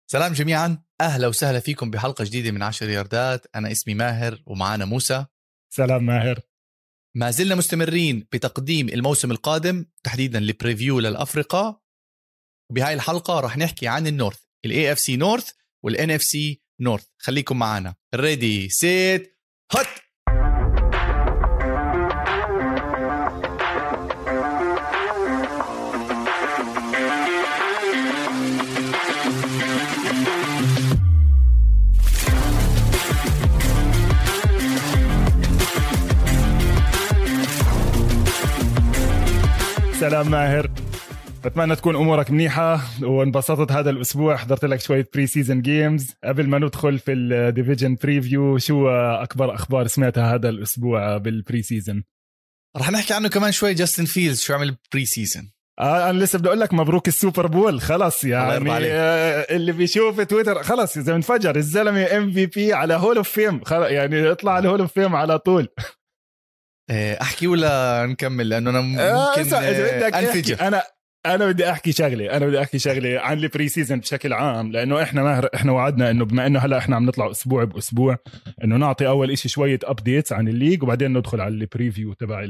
سلام جميعا، أهلا وسهلا فيكم بحلقة جديدة من 10 ياردات. أنا اسمي ماهر ومعانا موسى. سلام ماهر. ما زلنا مستمرين بتقديم الموسم القادم، تحديدا البريفيو للأفريقة. وبهاي الحلقة راح نحكي عن النورث، AFC نورث والNFC نورث. خليكم معانا. ريدي سيت هوت. سلام ماهر، أتمنى تكون أمورك منيحة وانبسطت هذا الأسبوع. حضرت لك شوية بري سيزن جيمز. قبل ما ندخل في الديفيجن بريفيو، شو أكبر أخبار سمعتها هذا الأسبوع بالبري سيزن؟ رح نحكي عنه كمان شوي. جاستن فيلدز شو عمل بري سيزن؟ أنا لسه بدي أقول لك مبروك السوبر بول. خلص يعني اللي بيشوف تويتر خلص إذا انفجر الزلمة MVP على هول اوف فيم. يعني اطلع على هول اوف فيم على طول. احكي ولا نكمل؟ لانه انا ممكن انفجر. انا بدي احكي شغله عن البري سيزن بشكل عام، لانه احنا وعدنا انه بما انه هلا احنا عم نطلع اسبوع باسبوع انه نعطي اول إشي شويه ابديتس عن الليج وبعدين ندخل على البريفيو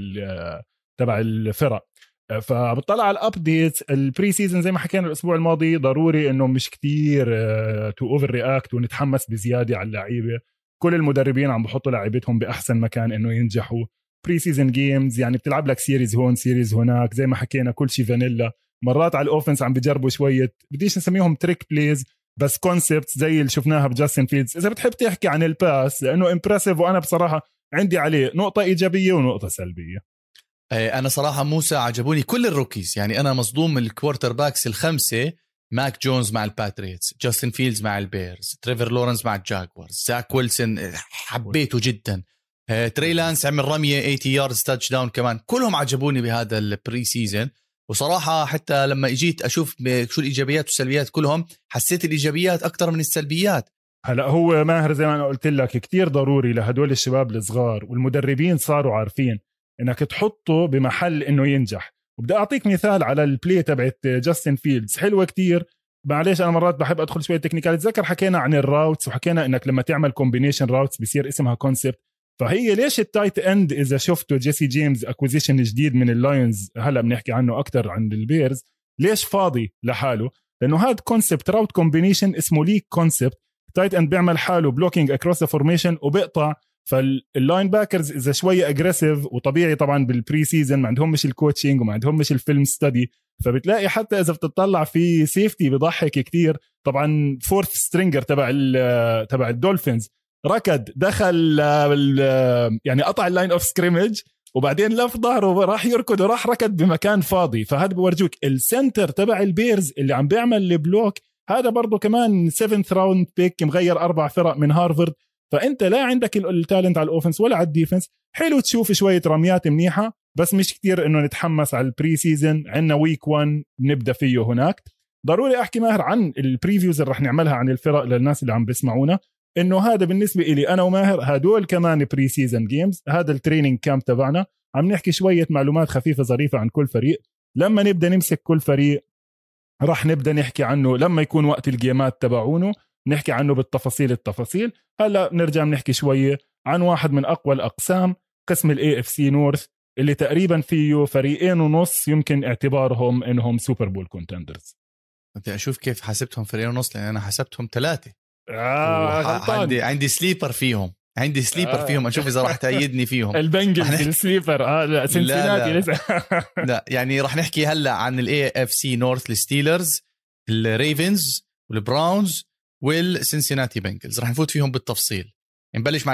تبع الفرق. فبطلع على الابديتس البري سيزن زي ما حكينا الاسبوع الماضي، ضروري انه مش كتير تو اوفر رياكت ونتحمس بزياده على اللعيبه. كل المدربين عم بحطوا لاعيبتهم باحسن مكان انه ينجحوا. بري سيزن جيمز يعني بتلعب لك سيريز هون سيريز هناك، زي ما حكينا كل شيء فانيلا. مرات على الاوفنس عم بيجربوا شويه، بديش نسميهم تريك بليز بس كونسبت زي اللي شفناها بجاستن فيلدز. اذا بتحب تحكي عن الباس لانه امبرسيف، وانا بصراحه عندي عليه نقطه ايجابيه ونقطه سلبيه. انا صراحه موسى عجبوني كل الروكيز. يعني انا مصدوم من الكوارتر باكس الخمسه: ماك جونز مع الباتريتس، جاستن فيلدز مع البيرز، تريفر لورنس مع الجاكوارز، زاك ويلسون حبيته جدا، تري لانس عمل رمية 80 ياردز تاتش داون كمان. كلهم عجبوني بهذا البري سيزن. وصراحة حتى لما اجيت اشوف شو الايجابيات والسلبيات كلهم، حسيت الايجابيات اكتر من السلبيات. هلا هو ماهر زي ما انا قلت لك كتير ضروري لهدول الشباب الصغار والمدربين صاروا عارفين انك تحطه بمحل انه ينجح. وبدي اعطيك مثال على البلاي تبعت جاستن فيلدز، حلوة كتير. معليش انا مرات بحب ادخل شوية تكنيكال. تذكر حكينا عن الراوتس وحكينا انك لما تعمل كومبينيشن راوتس بيصير اسمها كونسبت. فهي ليش التايت اند اذا شفتوا جيسي جيمز اكوزيشن جديد من اللايونز، هلا بنحكي عنه اكتر عن البيرز، ليش فاضي لحاله؟ لانه هذا كونسبت راوت كومبينيشن اسمه ليك كونسبت. تايت اند بيعمل حاله بلوكينج اكروس فورميشن وبيقطع. فاللاين باكرز اذا شويه اجريسيف، وطبيعي طبعا بالبري سيزن ما عندهم مش الكوتشنج وما عندهم مش الفيلم ستدي، فبتلاقي حتى اذا بتطلع في سيفتي بضحك كتير. طبعا فورث سترينجر تبع الدولفينز ركض دخل يعني قطع اللاين اوف سكريمج وبعدين لف ظهره وراح يركض وراح ركض بمكان فاضي. فهذا بورجوك السنتر تبع البيرز اللي عم بيعمل البلوك، هذا برضه كمان 7th راوند بيك مغير 4 فرق من هارفارد. فانت لا عندك التالنت على الاوفنس ولا على الديفنس. حلو تشوف شويه رميات منيحه بس مش كتير انه نتحمس على البري سيزن. عندنا ويك 1 نبدا فيه هناك. ضروري احكي ماهر عن البريفيوز اللي رح نعملها عن الفرق للناس اللي عم بيسمعونا، انه هذا بالنسبه إلي انا وماهر هدول كمان بري سيزن جيمز. هذا التريننج كامب تبعنا عم نحكي شويه معلومات خفيفه ظريفه عن كل فريق. لما نبدا نمسك كل فريق راح نبدا نحكي عنه لما يكون وقت الجيمات تبعونه، نحكي عنه التفاصيل. هلا نرجع نحكي شويه عن واحد من اقوى الاقسام، قسم AFC نورث، اللي تقريبا فيه فريقين ونص يمكن اعتبارهم انهم سوبر بول كونتندرز. بدي اشوف كيف حسبتهم فريقين ونص، لان انا حسبتهم 3. عندي سليبر فيهم. فيهم. اشوف اذا راح تأيدني فيهم. البنجلز السليبر سنسيناتي لا يعني راح نحكي هلا عن AFC نورث: الستيلرز، الريفنز، والبراونز، والسنسيناتي بنجلز. راح نفوت فيهم بالتفصيل. نبلش مع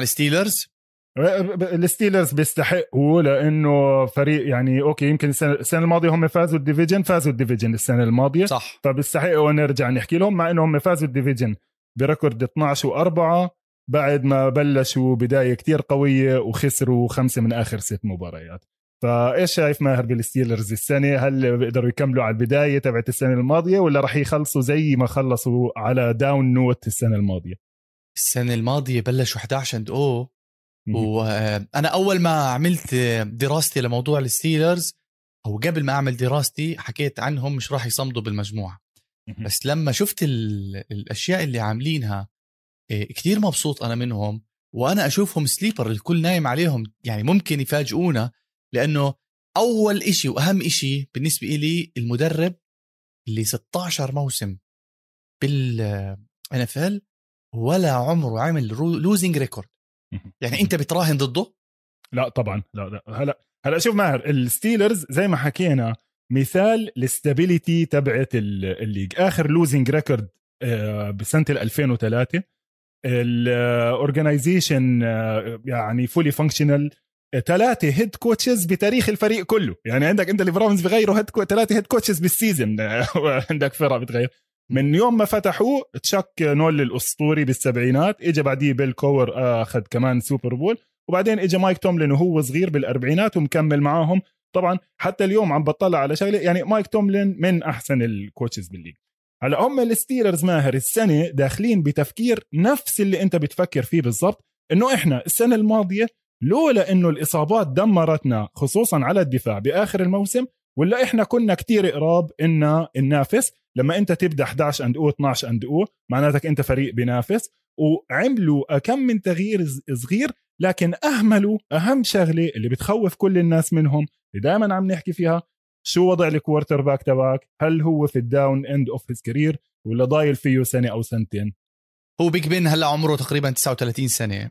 الستيلرز بيستحقوا لانه فريق يعني اوكي. يمكن السنه الماضيه هم فازوا الديفيجن السنه الماضيه، صح. فبيستحقوا نرجع نحكي لهم مع انهم فازوا الديفيجن بريكورد 12-4 بعد ما بلشوا بدايه كتير قويه وخسروا 5 من اخر 6 مباريات. فايش شايف ماهر بالستيلرز السنه؟ هل بيقدروا يكملوا على البدايه تبعت السنه الماضيه ولا راح يخلصوا زي ما خلصوا على داون نوت السنه الماضيه؟ السنه الماضيه بلشوا 11-0. وانا اول ما عملت دراستي لموضوع الستيلرز، او قبل ما اعمل دراستي، حكيت عنهم مش راح يصمدوا بالمجموعه. بس لما شفت الاشياء اللي عاملينها كتير مبسوط انا منهم، وانا اشوفهم سليبر الكل نايم عليهم، يعني ممكن يفاجئونا، لانه اول اشي واهم اشي بالنسبة لي المدرب اللي 16 موسم NFL ولا عمره عمل لوزينج ريكورد. يعني انت بتراهن ضده؟ لا طبعا لا. هلا شوف ماهر، الستيلرز زي ما حكينا مثال الاستابيليتي تبعت الليج. اخر لوزينج ريكورد بسنه 2003. الاورجنايزيشن يعني فولي فانكشنال، 3 هيد كوتشز بتاريخ الفريق كله. يعني عندك انت البراونز بغيروا 3 هيد كوتشز بالسيزون عندك فرق بتغير. من يوم ما فتحوا تشاك نول الاسطوري بالسبعينات، اجى بعديه بيل كور اخذ كمان سوبر بول، وبعدين اجى مايك توملين وهو صغير بالاربعينات ومكمل معاهم. طبعا حتى اليوم عم بطلع على شغله، يعني مايك توملين من احسن الكوتشز بالليج. هلا هم الستيلرز ماهر السنه داخلين بتفكير نفس اللي انت بتفكر فيه بالضبط، انه احنا السنه الماضيه لولا انه الاصابات دمرتنا خصوصا على الدفاع باخر الموسم، ولا احنا كنا كتير قراب ان ننافس. لما انت تبدا 11-0 12-0 معناتك انت فريق بينافس. وعملوا كم من تغيير صغير، لكن اهملوا اهم شغله اللي بتخوف كل الناس منهم اللي دائما عم نحكي فيها: شو وضع الكوارتر باك تبعك؟ هل هو في الداون اند اوف هيز كارير ولا ضايل فيه سنه او سنتين؟ هو بيج بن هلا عمره تقريبا 39 سنه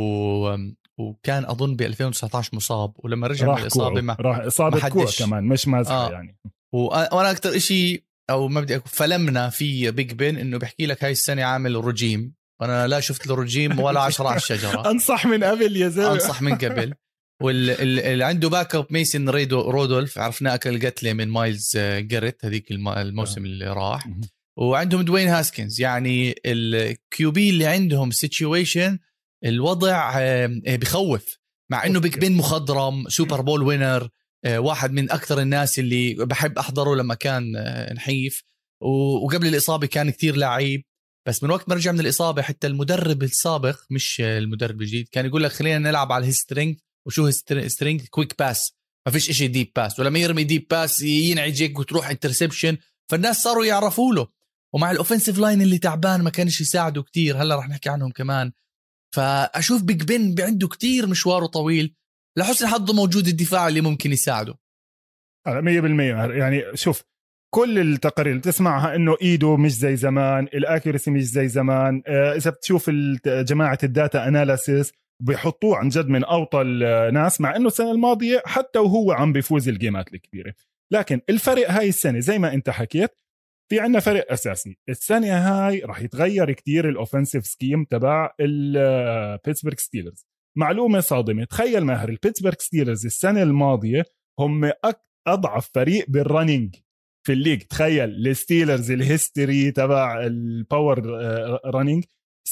وكان اظن ب 2019 مصاب، ولما رجع من الاصابه راح اصابه كوع كمان مش مازحه يعني. وانا اكثر إشي او ما بدي فلمنا في بيج بن انه بحكي لك هاي السنه عامل رجيم، وانا لا شفت له رجيم ولا 10 على الشجره. انصح من قبل يا زلمه، انصح من قبل. واللي عنده باك اب ميسن رودولف، عرفنا اكل قتله من مايلز جاريت هذيك الموسم اللي راح. وعندهم دوين هاسكنز، يعني الكيوبي اللي عندهم سيتويشن الوضع بخوف، مع انه بيج بن مخضرم سوبر بول وينر، واحد من اكثر الناس اللي بحب احضره لما كان نحيف، وقبل الاصابه كان كتير لعيب. بس من وقت ما رجع من الاصابه حتى المدرب السابق مش المدرب الجديد كان يقول لك خلينا نلعب على الهيسترينج. وشو سترينج؟ كويك باس، ما فيش اشي ديب باس، ولما يرمي ديب باس ينعجك وتروح انترسبشن. فالناس صاروا يعرفوا له، ومع الاوفنسيف لاين اللي تعبان ما كانش يساعده كتير. هلا رح نحكي عنهم كمان. فاشوف بيج بن عنده كتير مشواره طويل، لحسن حظه موجود الدفاع اللي ممكن يساعده 100%. يعني شوف كل التقارير اللي تسمعها انه ايده مش زي زمان، الاكيورسي مش زي زمان. اذا بتشوف جماعه الداتا اناليسيس بيحطوه عن جد من اوطى ناس، مع انه السنه الماضيه حتى وهو عم بيفوز الجيمات الكبيره. لكن الفرق هاي السنه زي ما انت حكيت، في عنا فرق اساسي. السنه هاي راح يتغير كتير الاوفنسيف سكيم تبع البيتسبرغ ستيلرز. معلومه صادمه، تخيل ماهر البيتسبرغ ستيلرز السنه الماضيه هم اضعف فريق بالرننج في الليج. تخيل الستيلرز الهيستوري تبع الباور رننج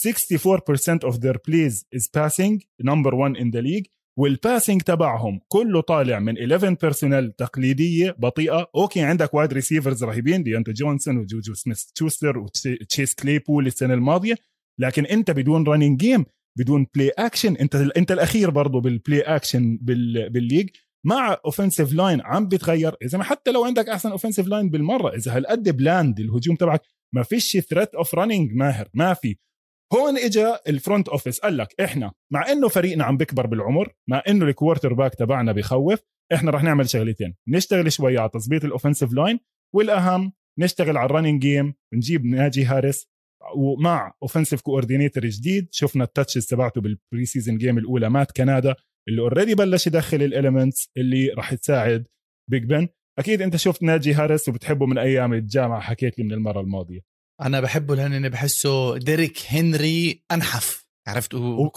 64% of their plays is passing, number 1 in the league. والباسنج تبعهم كله طالع من 11 بيرسونال تقليديه بطيئه. اوكي عندك وايد ريسيفرز رهيبين، ديانتو جونسون وجوجو سميث تشوستر وتشيس كليبول السنه الماضيه، لكن انت بدون رننج جيم، بدون بلاي اكشن. انت الاخير برضه بالبلاي اكشن بالليج، مع اوفنسيف لاين عم بتغير. اذا ما حتى لو عندك احسن اوفنسيف لاين بالمره، اذا هالقد بلاند الهجوم تبعك ما فيش ثريت اوف رننج ماهر، ما في. هون اجى الفرونت اوفيس قال لك احنا مع انه فريقنا عم بكبر بالعمر، مع انه الكوارتر باك تبعنا بخوف، احنا رح نعمل شغلتين: نشتغل شويه على تظبيط الاوفنسيف لاين، والاهم نشتغل على الرننج جيم، نجيب ناجي هاريس ومع اوفنسيف كوردينيتور جديد. شفنا التاتشز تبعته بالبري سيزن جيم الاولى مات كندا، اللي اوريدي بلش يدخل الاليمنتس اللي راح تساعد بيج بن. اكيد انت شفت ناجي هاريس وبتحبه من ايام الجامعه، حكيت لي من المره الماضيه. انا بحبه لاني بحسه ديريك هنري انحف، عرفت؟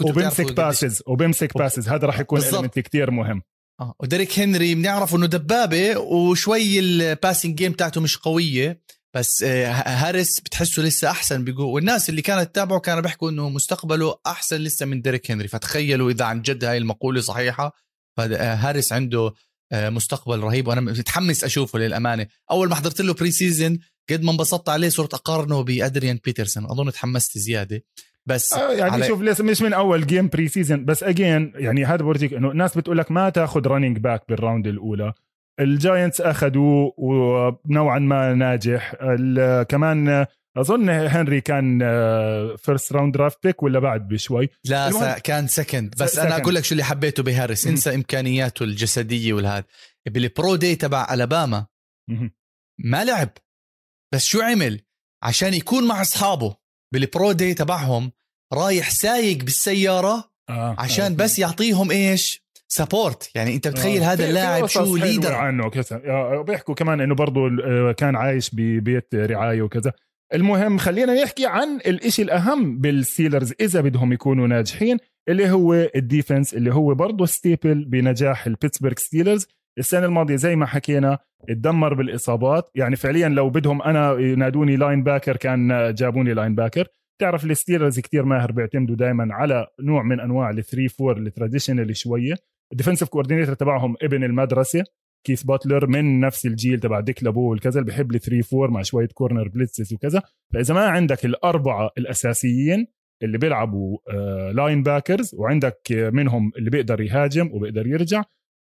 وبمسك باسز هذا راح يكون إليمنت كتير مهم. وديريك هنري بنعرف انه دبابه، وشوي الباسنج جيم تاعته مش قويه، بس هاريس بتحسه لسه احسن بيقول. والناس اللي كانت تتابعه كانوا بيحكوا انه مستقبله احسن لسه من ديريك هنري. فتخيلوا اذا عن جد هاي المقوله صحيحه، فهاريس عنده مستقبل رهيب، وانا متحمس اشوفه للامانه. اول ما حضرت له بري سيزن قد ما انبسطت عليه صرت اقارنه بادريان بيترسون، اظن تحمست زياده. بس يعني شوف لسه مش من اول جيم بري سيزن، بس اجين يعني هذا بورجيك انه الناس بتقول لك ما تاخذ رننج باك بالراوند الاولى، الجاينتس أخذوا ونوعا ما ناجح. كمان أظن هنري كان فيرست راوند درافت بيك ولا بعد بشوي؟ لا كان سكند. بس أنا أقول لك شو اللي حبيته بهاريس. انسى إمكانياته الجسدية والهاد. بالبرو دي تبع ألاباما ما لعب، بس شو عمل عشان يكون مع أصحابه بالبرو دي تبعهم؟ رايح سايق بالسيارة عشان بس يعطيهم إيش سابورت. يعني انت بتخيل هذا اللاعب شو ليدر عنه كذا. بيحكوا كمان انه برضو كان عايش ببيت رعاية وكذا. المهم خلينا نحكي عن الاشي الاهم بالستيلرز اذا بدهم يكونوا ناجحين، اللي هو الديفنس، اللي هو برضو ستيبل بنجاح البيتسبرغ ستيلرز. السنة الماضية زي ما حكينا اتدمر بالإصابات. يعني فعليا لو بدهم أنا ينادوني لاين باكر كان جابوني لاين باكر. تعرف الستيلرز كتير ماهر بيعتمدوا دايما على نوع من أنواع ال3-4 التراديشنال شوية. الديفنسيف كوردينيتور تبعهم ابن المدرسة كيث باتلر من نفس الجيل تبع ديك لابو والكذا، اللي بحب ال3-4 مع شوية كورنر بليتسز وكذا. فإذا ما عندك الأربعة الأساسيين اللي بيلعبوا لاين باكرز وعندك منهم اللي بيقدر يهاجم وبيقدر يرجع،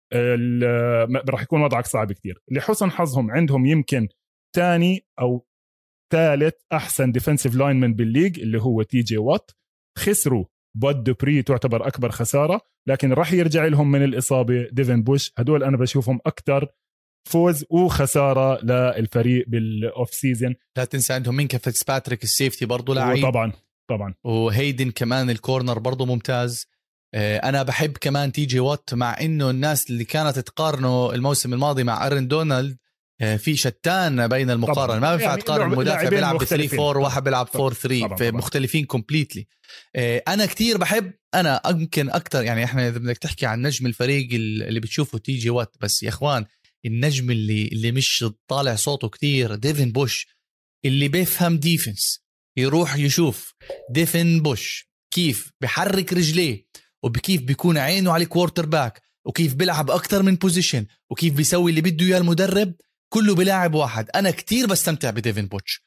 راح يكون وضعك صعب كتير. لحسن حظهم عندهم يمكن تاني أو ثالث أحسن ديفنسيف لاينمن بالليج اللي هو تي جي وات. خسروا بود دوبري تعتبر أكبر خسارة، لكن راح يرجع لهم من الإصابة ديفن بوش. هدول أنا بشوفهم أكتر فوز وخسارة للفريق بالأوف سيزن. لا تنسى عندهم مين كفيتس باتريك السيفتي برضو لاعب طبعا وهيدن كمان الكورنر برضو ممتاز. أنا بحب كمان تي جي وات، مع إنه الناس اللي كانت تقارنه الموسم الماضي مع أرن دونالد في شتان بين المقارنة. ما بينفع يعني تقارن مدافع بيلعب ب 3-4 وواحد بيلعب 4-3 مختلفين كومبليتلي. أنا كتير بحب، أنا يمكن أكتر يعني إحنا إذا بدك تحكي عن نجم الفريق اللي بتشوفه تي جي وات، بس يا إخوان النجم اللي مش طالع صوته كتير ديفن بوش، اللي بيفهم ديفنس يروح يشوف ديفن بوش كيف بحرك رجليه وبكيف بيكون عينه على الكوارتر باك وكيف بيلعب أكتر من بوزيشن وكيف بيسوي اللي بده إياه المدرب كله بلاعب واحد. أنا كتير بستمتع بديفن بوتش.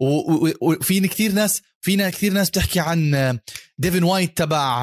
وفينا كتير ناس بتحكي عن ديفن وايت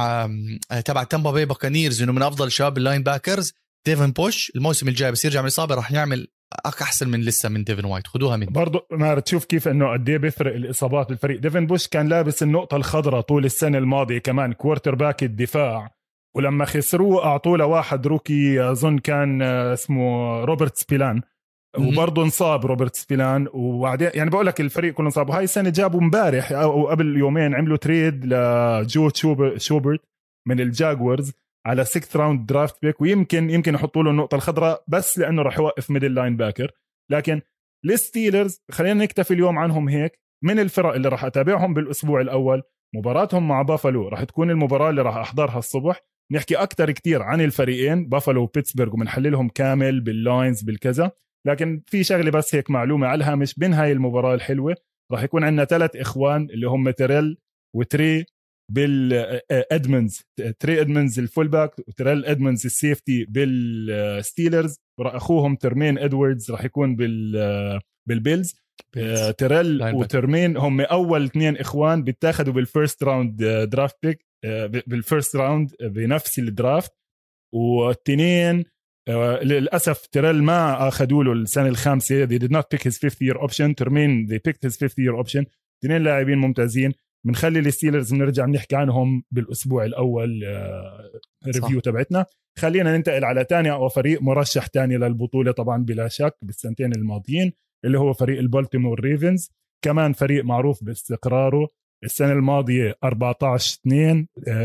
تبع تامبا باي باكانيرز إنه من أفضل الشباب اللاين باكرز. ديفن بوش الموسم الجاي بس يرجع من الإصابة راح يعمل أحسن من لسه من ديفن وايت. خدوها منه برضو. ما تشوف كيف إنه قد إيه بيفرق الإصابات بالفريق. ديفن بوش كان لابس النقطة الخضراء طول السنة الماضية كمان كوارتر باك الدفاع، ولما خسروه أعطوه لواحد روكي أظن كان اسمه روبرت سبيلان، وبرضه انصاب روبرت سبيلان. وبعدين يعني بقول لك الفريق كله انصاب. وهاي السنة جابوا امبارح أو قبل يومين عملوا تريد لجو شوبرت من الجاكورز على 6th راوند درافت بيك، ويمكن يحطوا له النقطة الخضراء بس لأنه راح يوقف ميدل لاين باكر. لكن الستيلرز خلينا نكتفي اليوم عنهم هيك. من الفرق اللي راح أتابعهم بالأسبوع الأول مباراتهم مع بافالو، راح تكون المباراة اللي راح أحضرها الصبح. نحكي أكتر كتير عن الفريقين بافالو وبيتسبرغ ومنحللهم كامل باللاينز بالكذا. لكن في شغلة بس هيك معلومة على الهامش بين هاي المباراة الحلوة، راح يكون عندنا 3 إخوان اللي هم تيريل وتري بالإدمنز. تري إدمنز الفول باك وتيريل إدمنز السيفتي بالستيلرز، وأخوهم ترمين إدواردز راح يكون بالبيلز. تيريل وترمين هم أول 2 إخوان بيتاخدوا بالفيرست راوند درافت بيك، بالفيرست راوند بنفس الدرافت. والتنين للأسف تيريل ما أخذوا له السنة الخامسة. they did not pick his 5th year option. ترمين they picked his 5th year option. 2 لاعبين ممتازين. بنخلي الستيلرز بنرجع بنحكي عنهم بالأسبوع الأول ريفيو تبعتنا. خلينا ننتقل على تاني أو فريق مرشح تاني للبطولة طبعا بلا شك بالسنتين الماضيين، اللي هو فريق البالتيمور ريفنز. كمان فريق معروف باستقراره. السنة الماضية 14-2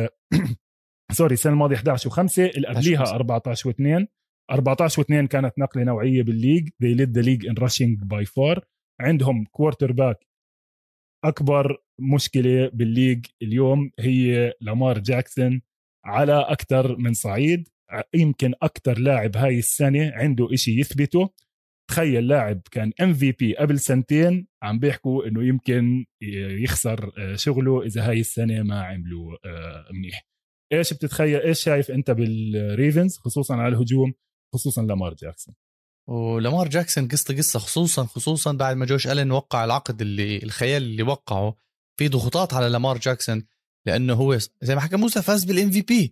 سوري السنة الماضية 11-5، اللي قبليها 14-2. 14-2 كانت نقلة نوعية بالليج. they led the league in rushing by far. عندهم كوارتر باك. أكبر مشكلة بالليج اليوم هي لامار جاكسون على أكتر من صعيد. يمكن أكتر لاعب هاي السنة عنده إشي يثبته. تخيل لاعب كان MVP قبل 2 سنين عم بيحكوا إنه يمكن يخسر شغله إذا هاي السنة ما عملوا منيح. إيش بتتخيل؟ إيش شايف أنت بالريفنز خصوصا على الهجوم، خصوصا لامار جاكسون؟ ولامار جاكسون قصة خصوصا بعد ما جوش ألين وقع العقد الخيال اللي وقعه. في ضغوطات على لامار جاكسون لأنه هو زي ما حكى موسى فاز بالMVP.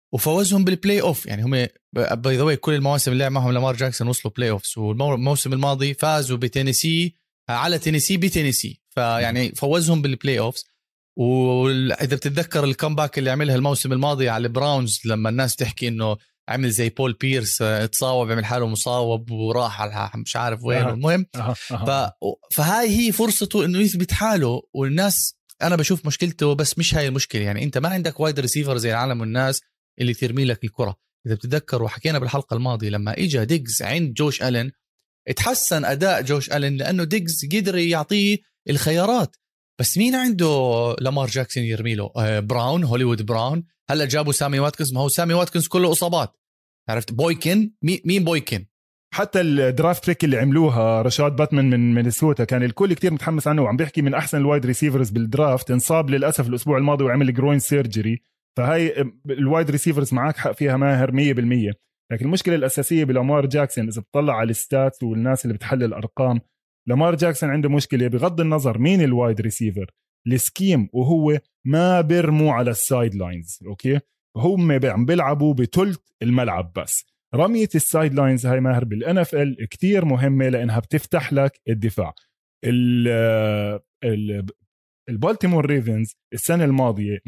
وفوزهم بالبلاي اوف. يعني هم باي ذا واي كل المواسم اللي لعب معهم لامار جاكسون وصلوا بلاي اوفس، والموسم الماضي فازوا بتينيسي على تينيسي بتينيسي، فيعني فوزهم بالبلاي اوفس. واذا بتتذكر الكمباك اللي عملها الموسم الماضي على البراونز لما الناس تحكي انه عمل زي بول بيرس اتصاوب، عمل حاله مصاوب وراح على مش عارف وين. المهم فهاي هي فرصته انه يثبت حاله. والناس انا بشوف مشكلته بس مش هاي المشكله. يعني انت ما عندك وايد ريسيفر زي العالم والناس اللي ترمي لك الكره. اذا بتتذكر وحكينا بالحلقه الماضيه لما اجى ديجز عند جوش ألين اتحسن اداء جوش ألين لانه ديجز قدر يعطيه الخيارات. بس مين عنده لامار جاكسون يرمي له؟ براون، هوليوود براون. هلا جابوا سامي واتكنز، ما هو سامي واتكنز كله اصابات. عرفت بويكن؟ مين بويكن؟ حتى الدرافت بيك اللي عملوها رشاد باتمان من مينيسوتا كان الكل كتير متحمس عنه، وعم بيحكي من احسن الوايد ريسيفرز بالدرافت. انصاب للاسف الاسبوع الماضي وعمل جروين سيرجري. فهاي الوايد ريسيفرز معاك حق فيها ماهر 100%. لكن المشكله الاساسيه بلامار جاكسون اذا بتطلع على الستات والناس اللي بتحلل الارقام، لامار جاكسون عنده مشكله بغض النظر مين الوايد ريسيفر، السكيم وهو ما بيرموا على السايد لاينز. اوكي، هم عم بيلعبوا بثلث الملعب بس. رميه السايد لاينز هاي ماهر بالان اف ال كتير مهمه لانها بتفتح لك الدفاع. البالتيمور ريفنز السنه الماضيه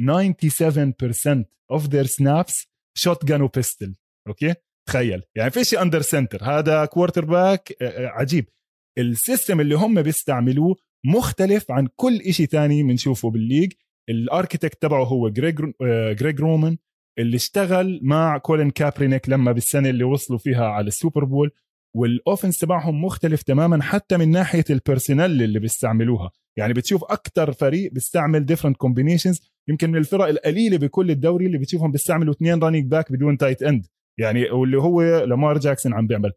97% of their snaps shotgun وبيستل. اوكي تخيل، يعني فيش اندر سنتر، هذا كوارتر باك عجيب. السيستم اللي هم بيستعملوه مختلف عن كل إشي تاني بنشوفه بالليج. الاركيتكت تبعه هو جريج رومان اللي اشتغل مع كولين كابرينيك لما بالسنة اللي وصلوا فيها على السوبر بول. والأوفنس تبعهم مختلف تماما حتى من ناحية البرسونال اللي بيستعملوها. يعني بتشوف أكتر فريق بيستعمل different combinations، يمكن من الفرق القليلة بكل الدوري اللي بتشوفهم بيستعملوا 2 رانينج باك بدون تايت اند. يعني واللي هو لامار جاكسون عم بيعمل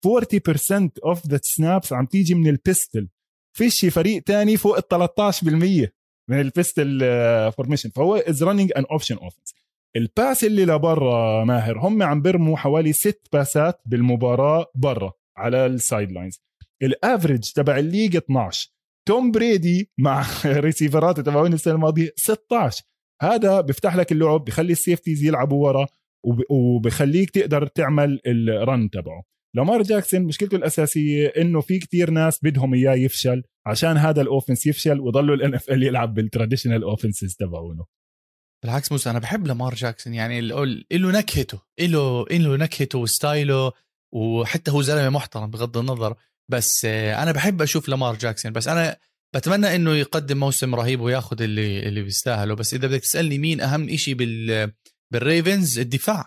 40% of the snaps عم تيجي من البيستل. فيش فريق تاني فوق 13% من البيستل فورميشن. فهو is running an option offense. الباس اللي لبرا ماهر هم عم برموا حوالي 6 باسات بالمباراة برا على السايد لاينز. الافريج تبع الليج 12. توم بريدي مع ريسيفرات تبعون السنة الماضية 16. هذا بيفتح لك اللعب، بخلي السيفتيز يلعبوا ورا وبخليك تقدر تعمل الرن تبعه. لامار جاكسون مشكلته الأساسية إنه في كتير ناس بدهم إياه يفشل عشان هذا الأوفنس يفشل ويضلوا ال NFL يلعب بالتراديشنال أوفنسز تبعونه. بالعكس موسى أنا بحب لامار جاكسون، يعني له نكهته، له نكهته وستايله، وحتى هو زلمة محترم بغض النظر. بس أنا بحب أشوف لامار جاكسون، بس أنا بتمنى إنه يقدم موسم رهيب وياخد اللي بيستاهله. بس إذا بدك تسألني مين أهم إشي بالريفنز،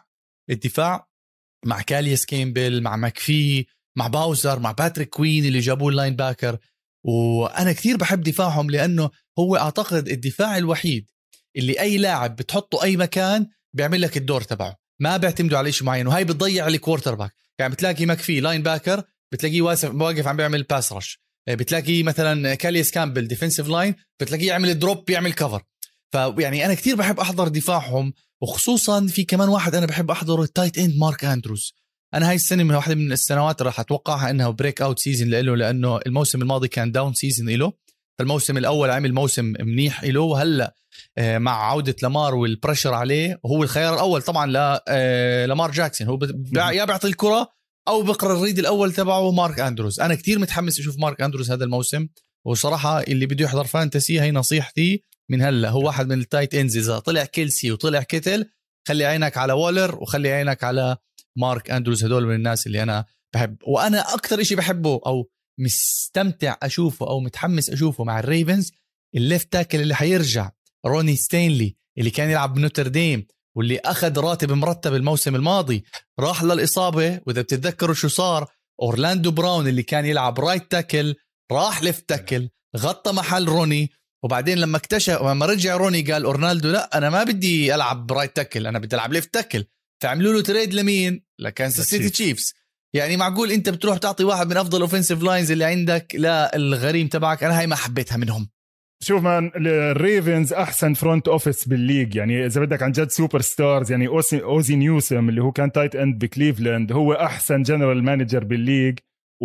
الدفاع مع كاليس كيمبل، مع ماكفي، مع باوزر، مع باتريك كوين اللي جابوه اللاين باكر. وأنا كتير بحب دفاعهم لأنه هو أعتقد الدفاع الوحيد اللي أي لاعب بتحطه أي مكان بيعمل لك الدور تبعه، ما بيعتمدوا على شيء معين. وهاي بتضيع الكوارتر باك. يعني بتلاقي ماكفي لاين باكر بتلاقيه واقف عم بيعمل باس رش، بتلاقي مثلا كاليس كامبل ديفنسيف لاين بتلاقيه يعمل دروب بيعمل كفر. فيعني أنا كتير بحب أحضر دفاعهم. وخصوصا في كمان واحد أنا بحب أحضره، التايت إند مارك أندروز. أنا هاي السنة من واحدة من السنوات راح أتوقعها إنها بريك أوت سيزن له، لأنه الموسم الماضي كان داون سيزن له. فالموسم الأول عمل موسم منيح له، وهلأ مع عودة لامار والبريشر عليه هو الخيار الأول طبعا لامار جاكسون. هو يا بيعطي الكرة أو بقرر الريد الأول تبعه مارك أندروز. أنا كتير متحمس أشوف مارك أندروز هذا الموسم. وصراحة اللي بده يحضر فانتسي هي نصيحتي من هلا، هو واحد من التايت إنز. إذا طلع كيلسي وطلع كيتل خلي عينك على وولر وخلي عينك على مارك أندروز. هدول من الناس اللي أنا بحب. وأنا أكتر إشي بحبه أو مستمتع أشوفه أو متحمس أشوفه مع الريفنز الليفت تاكل اللي حيرجع، روني ستينلي اللي كان يلعب بنوترديم واللي أخذ راتب مرتب الموسم الماضي، راح للإصابة. وإذا بتتذكروا شو صار، أورلاندو براون اللي كان يلعب رايت تاكل راح ليفت تاكل غطى محل روني. وبعدين لما اكتشف لما رجع روني قال أورلاندو لا أنا ما بدي ألعب رايت تاكل، أنا بدي ألعب ليفت تاكل. فعملوا له تريد لمين؟ لكانساس سيتي تشيفز. يعني معقول أنت بتروح تعطي واحد من أفضل أوفنسيف لاينز اللي عندك للغريم تبعك؟ أنا هاي ما حبيتها منهم. شوف مان، الريفنز احسن فرونت اوفيس بالليج. يعني اذا بدك عن جد سوبر ستارز، يعني اوزي نيوسم اللي هو كان تايت اند بكليفلاند هو احسن جنرال مانجر بالليج،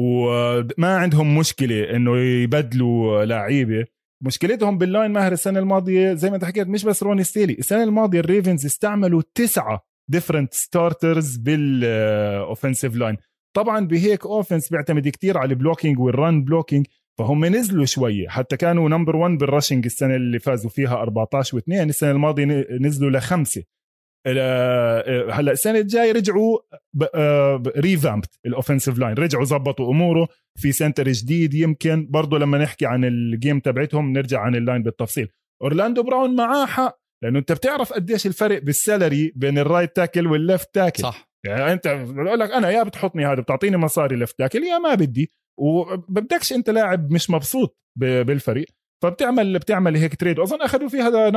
وما عندهم مشكله انه يبدلوا لعيبه. مشكلتهم باللاين ماهر السنه الماضيه زي ما انت حكيت، مش بس روني ستيلي. السنه الماضيه الريفنز استعملوا 9 different starters بالاوفنسيف لاين. طبعا بهيك اوفنس بيعتمد كتير على البلوكينج والرن بلوكينج، فهم نزلوا شوية، حتى كانوا نمبر 1 بالرشنج السنة اللي فازوا فيها 14 و2، السنة الماضية نزلوا ل5. هلا السنة الجاي رجعوا ريفامبت الاوفنسيف لاين، رجعوا زبطوا اموره في سنتر جديد. يمكن برضو لما نحكي عن الجيم تبعتهم نرجع عن اللاين بالتفصيل. اورلاندو براون معاه حق، لانه انت بتعرف قديش الفرق بالسالري بين الرايت تاكل والليفت تاكل. صح، يعني انت بقول لك انا يا بتحطني هذا بتعطيني مصاري ليفت تاكل يا ما بدي، وبدكش انت لاعب مش مبسوط بالفريق، فبتعمل هيك تريد. اظن اخذوا فيها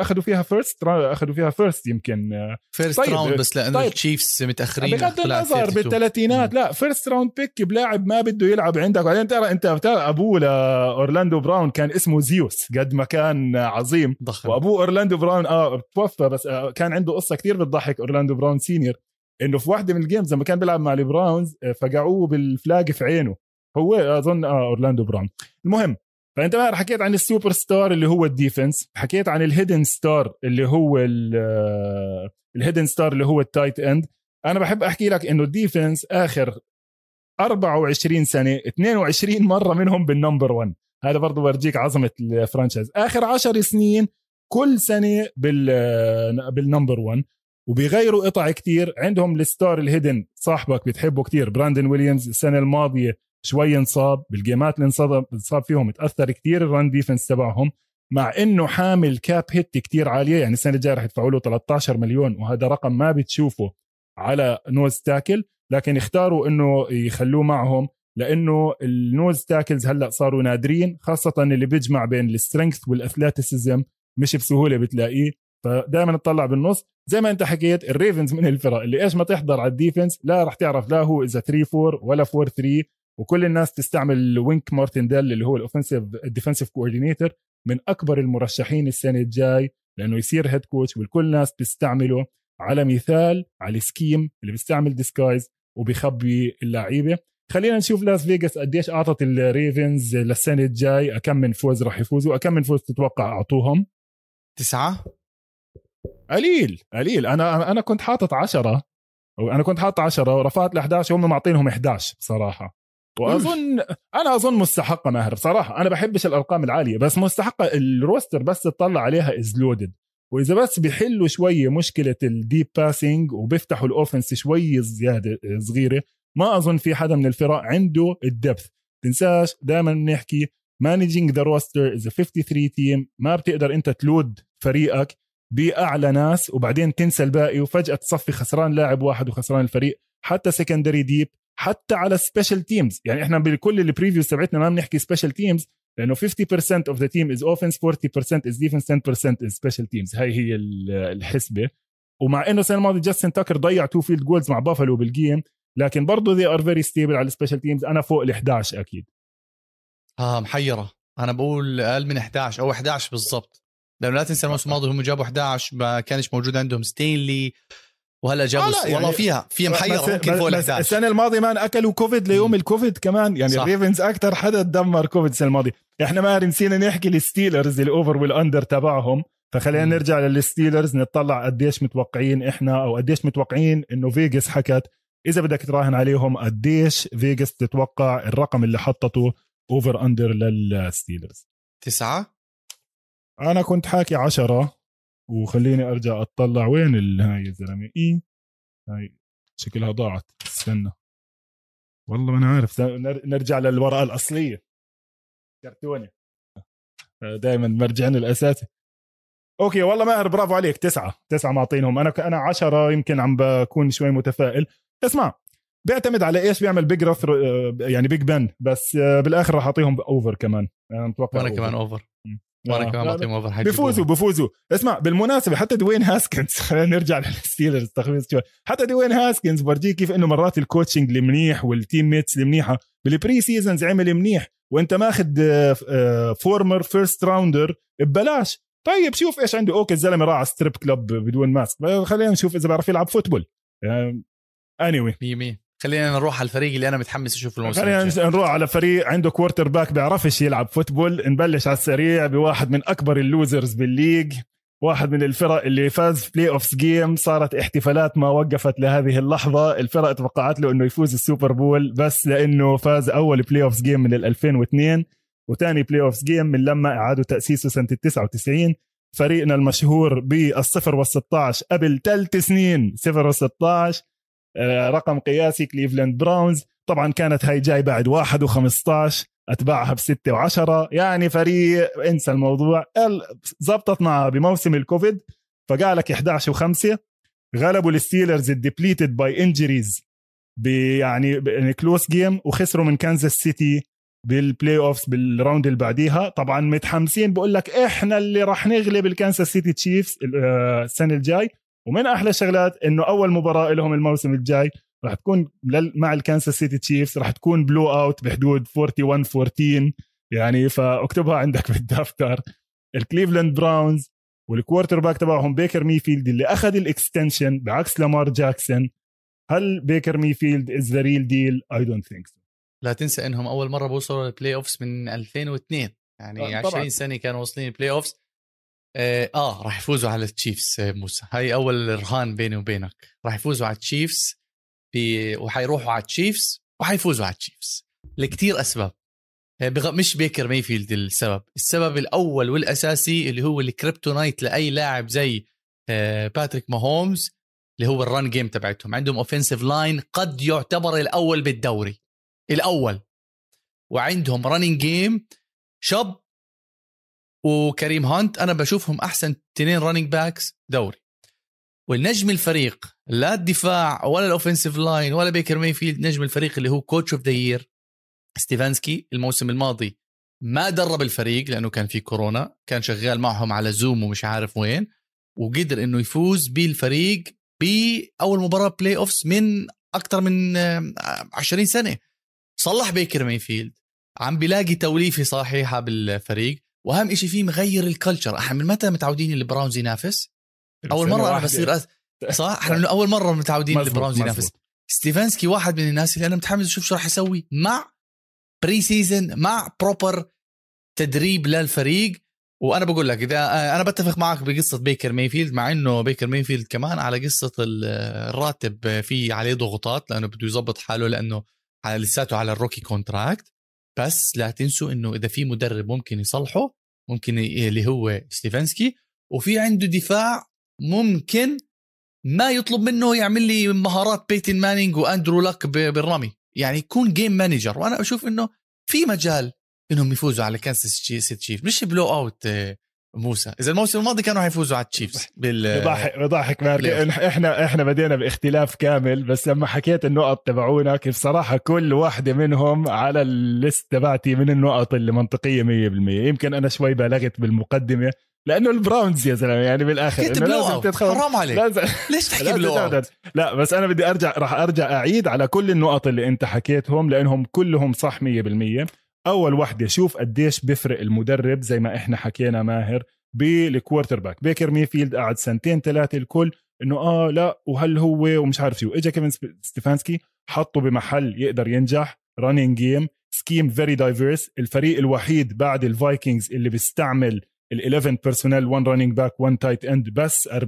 اخذوا فيها فيرست يمكن فيرست طيب راوند، بس لانه طيب التشيفز متاخرين بغض النظر بالثلاثينات. لا فيرست راوند بيك بلاعب ما بده يلعب عندك. وبعدين ترى انت ابوه لاورلاندو براون كان اسمه زيوس قد ما كان عظيم ضخم. وابوه اورلاندو براون توفى، بس كان عنده قصه كتير بتضحك اورلاندو براون سينيور، انه في واحده من الجيمز لما كان بيلعب مع البراونز فقعوه بالفلاج في عينه، هو اظن اورلاندو براون. المهم، فانت ما حكيت عن السوبر ستار اللي هو الديفنس، حكيت عن الهيدن ستار اللي هو الهيدن ستار اللي هو التايت اند. انا بحب احكي لك انه الديفنس اخر 24 سنه 22 مره منهم بالنمبر 1. هذا برضو برجيك عظمه الفرانشايز. اخر 10 سنين كل سنه بالنمبر 1، وبيغيروا قطع كتير. عندهم الستار الهيدن صاحبك بتحبه كتير براندن ويليامز، السنه الماضيه شوي انصاب بالجيمات اللي انصاب فيهم، تأثر كتير الران ديفنس تبعهم، مع انه حامل كاب هيت كتير عالية. يعني السنة الجاية رح يدفعوا له 13 مليون، وهذا رقم ما بتشوفه على نوز تاكل، لكن اختاروا انه يخلوه معهم لانه النوز تاكلز هلأ صاروا نادرين، خاصة اللي بيجمع بين السترينث والاثليتيسيزم مش بسهولة بتلاقيه، فدائما نطلع بالنص. زي ما انت حكيت الريفنز من الفرق اللي ايش ما تحضر على الديفنس لا رح تعرف لا هو اذا 3-4 ولا 4-3، وكل الناس تستعمل وينك مارتنديل اللي هو الديفنسيف كوردينيتور من اكبر المرشحين السنه الجاي لانه يصير هيد كوتش، والكل الناس بتستعمله على مثال على السكيم اللي بيستعمل ديسكايز وبيخبي اللعيبه. خلينا نشوف لاس فيغاس قديش اعطت الريفنز للسنه الجاي، كم من فوز راح يفوزوا، كم من فوز تتوقع اعطوهم؟ 9. قليل. انا كنت حاطط 10، وانا كنت حاطط 10 ورفعت ل11، هم معطينهم 11 بصراحه. اظن مستحقه ماهر بصراحه. انا بحبش الارقام العاليه بس مستحقه. الروستر بس تطلع عليها ازلودد، واذا بس بيحلوا شويه مشكله الديب باسنج وبيفتحوا الاوفنس شويه زياده صغيره، ما اظن في حدا من الفرق عنده الدبث. تنساش دائما نحكي مانجينج ذا روستر از 53 تيم، ما بتقدر انت تلود فريقك باعلى ناس وبعدين تنسى الباقي وفجاه تصفي خسران لاعب واحد وخسران الفريق. حتى سكندري ديب، حتى على سبيشال تيمز. يعني احنا بكل البريفيوز تبعتنا ما بنحكي سبيشال تيمز لانه 50% of the team is offense، 40% is defense، 10% is special teams. هاي الحسبه. ومع انه السنه الماضيه جاستن تاكر ضيع 2 فيلد جولز مع بافالو بالجيم، لكن برضه they are very stable على السبيشال تيمز. انا فوق ال11 اكيد. محيره. انا بقول اقل من 11 او 11 بالضبط، لانه لا تنسى الموسم الماضي هم جابوا 11 ما كانش موجود عندهم ستينلي، وهلا جابوا والله يعني فيها محيره ممكن فوق ال11. السنه الماضيه ما اكلوا كوفيد ليوم الكوفيد كمان. يعني الريفنز اكثر حدا تدمر كوفيد السنه الماضيه. احنا ما نسينا نحكي الستيلرز الاوفر والاندر تبعهم، فخلينا نرجع للستيلرز نطلع قديش متوقعين احنا او قديش متوقعين انه فيغاس حكت. اذا بدك تراهن عليهم قديش فيغاس تتوقع الرقم اللي حطته اوفر اندر للستيلرز؟ 9. انا كنت حاكي 10، وخليني ارجع اطلع وين هاي الزلمه هاي شكلها ضاعت. استنى والله ما انا عارف. نرجع للورقه الاصليه كرتونه، دائما مرجعنا الاساسي. اوكي والله ماهر برافو عليك. 9 معطينهم. انا 10 يمكن عم بكون شوي متفائل. اسمع بيعتمد على ايش بيعمل بيج رث يعني بيج بن، بس بالاخر راح اعطيهم اوفر كمان. انا متوقع وانا كمان اوفر. وانا كمان بعطيهم اوفر. بيفوزوا. اسمع بالمناسبه حتى دوين هاسكنز خلينا نرجع للستيلرز تخلص شوي. حتى دوين هاسكنز برجيك كيف انه مرات الكوتشنج المنيح والتيم ميتس المنيحه بالبري سيزونز عمل منيح، وانت ماخذ فورمر فيرست راوندر ببلاش. طيب شوف ايش عنده. اوكي الزلمه راح ستريب كلب بدون ماسك، خلينا نشوف اذا بيعرف يلعب فوتبول. anyway مية خلينا نروح على الفريق اللي انا متحمس اشوف الموسم. خلينا نروح على فريق عنده كوارتر باك بيعرفش يلعب فوتبول. نبلش على السريع بواحد من اكبر اللوزرز بالليج، واحد من الفرق اللي فاز في بلاي اوفز جيم، صارت احتفالات ما وقفت لهذه اللحظة. الفرق توقعت له انه يفوز السوبر بول بس لانه فاز اول بلاي اوفز جيم من 2002 وتاني بلاي اوفز جيم من لما اعادوا تأسيسه سنة 99. فريقنا المشهور بالصفر والستاش قبل 3 سنين 0-16 رقم قياسي كليفلاند براونز. طبعا كانت هاي جاي بعد 1 و15 أتباعها ب6 و10، يعني فريق انسى الموضوع. زبطت معها بموسم الكوفيد فقالك 11 و5 غلبوا الستيلرز الديبليتد باي انجريز يعني كلوس جيم، وخسروا من كانزاس سيتي بالبلاي اوفز بالراوند اللي بعديها. طبعا متحمسين بقول لك احنا اللي راح نغلب الكانزاس سيتي تشيفز السنة الجاي. ومن أحلى الشغلات إنه أول مباراة لهم الموسم الجاي راح تكون مع الكانساس سيتي تشيفز، راح تكون بلو أوت بحدود 41-14 يعني، فاكتبها عندك بالدفتر. الكليفلاند براونز والكوارتر باك تبعهم بيكر ميفيلد اللي أخذ الإكستنشن بعكس لامار جاكسون. هل بيكر ميفيلد is the real deal? I don't think so. لا تنسى إنهم أول مرة بوصلوا للبلاي أوفز من 2002 يعني 20 سنة كانوا واصلين البلاي أوفز. راح يفوزوا على التشيفز موسى، هاي اول رهان بيني وبينك، راح يفوزوا على التشيفز وحيروحوا على التشيفز وحيفوزوا على التشيفز لكتير اسباب، مش بيكر مايفيلد السبب الاول والاساسي اللي هو الكريبتونايت لاي لاعب زي باتريك ماهومز اللي هو الران جيم تبعتهم. عندهم اوفنسيف لاين قد يعتبر الاول بالدوري الاول، وعندهم رانينج جيم شاب وكريم هانت، أنا بشوفهم أحسن 2 رانينج باكس دوري. والنجم الفريق لا الدفاع ولا الأوفنسيف لاين ولا بيكر مايفيلد، نجم الفريق اللي هو كوتش اوف ذا يير ستيفانسكي. الموسم الماضي ما درب الفريق لأنه كان في كورونا، كان شغال معهم على زوم ومش عارف وين، وقدر إنه يفوز بالفريق بأول مباراة بلاي أوفس من أكتر من 20 سنة. صلح بيكر مايفيلد، عم بيلاقي توليفة صحيحة بالفريق، واهم إشي فيه مغير الكالتشر. احنا من متى متعودين البراونز ينافس؟ اول مره انا بصير صح، احنا اول مره متعودين البراونز ينافس. ستيفانسكي واحد من الناس اللي انا متحمس اشوف شو راح يسوي مع بري سيزن، مع بروبر تدريب للفريق. وانا بقول لك اذا انا بتفق معك بقصه بيكر مايفيلد، مع انه بيكر مايفيلد كمان على قصه الراتب في عليه ضغوطات لانه بده يظبط حاله لانه لساته على الروكي كونتراكت. بس لا تنسوا انه اذا في مدرب ممكن يصلحه ممكن اللي هو ستيفانسكي، وفي عنده دفاع ممكن ما يطلب منه يعمل لي مهارات بيتن مانينج واندرو لاك بالرمي، يعني يكون جيم مانجر. وانا اشوف انه في مجال انهم يفوزوا على كانساس سيتي تشيفز، مش بلو اوت موسى. اذا الموسم الماضي كانوا هيفوزوا على التشيفز بضحك احنا بدينا باختلاف كامل، بس لما حكيت النقط تبعونك بصراحه كل واحده منهم على الليست تبعتي من النقط اللي منطقيه 100%. يمكن انا شوي بالغت بالمقدمه لانه البراونز يا زلمه يعني بالاخر انه لازم تدخل. حرام عليك ليش تحكي بلو اوت؟ لا بس انا بدي راح ارجع اعيد على كل النقط اللي انت حكيتهم لانهم كلهم صح 100%. اول وحده شوف قديش بيفرق المدرب زي ما احنا حكينا ماهر بالكوارتر باك. بيكر ميفيلد قعد 2-3 الكل انه لا وهل هو ومش عارف شو، اجا كيفن ستيفانسكي حطه بمحل يقدر ينجح. رانينج جيم سكيم فيري دايفيرس، الفريق الوحيد بعد الفايكنجز اللي بيستعمل ال11 بيرسونيل 1 رانينج باك 1 تايت اند بس 40%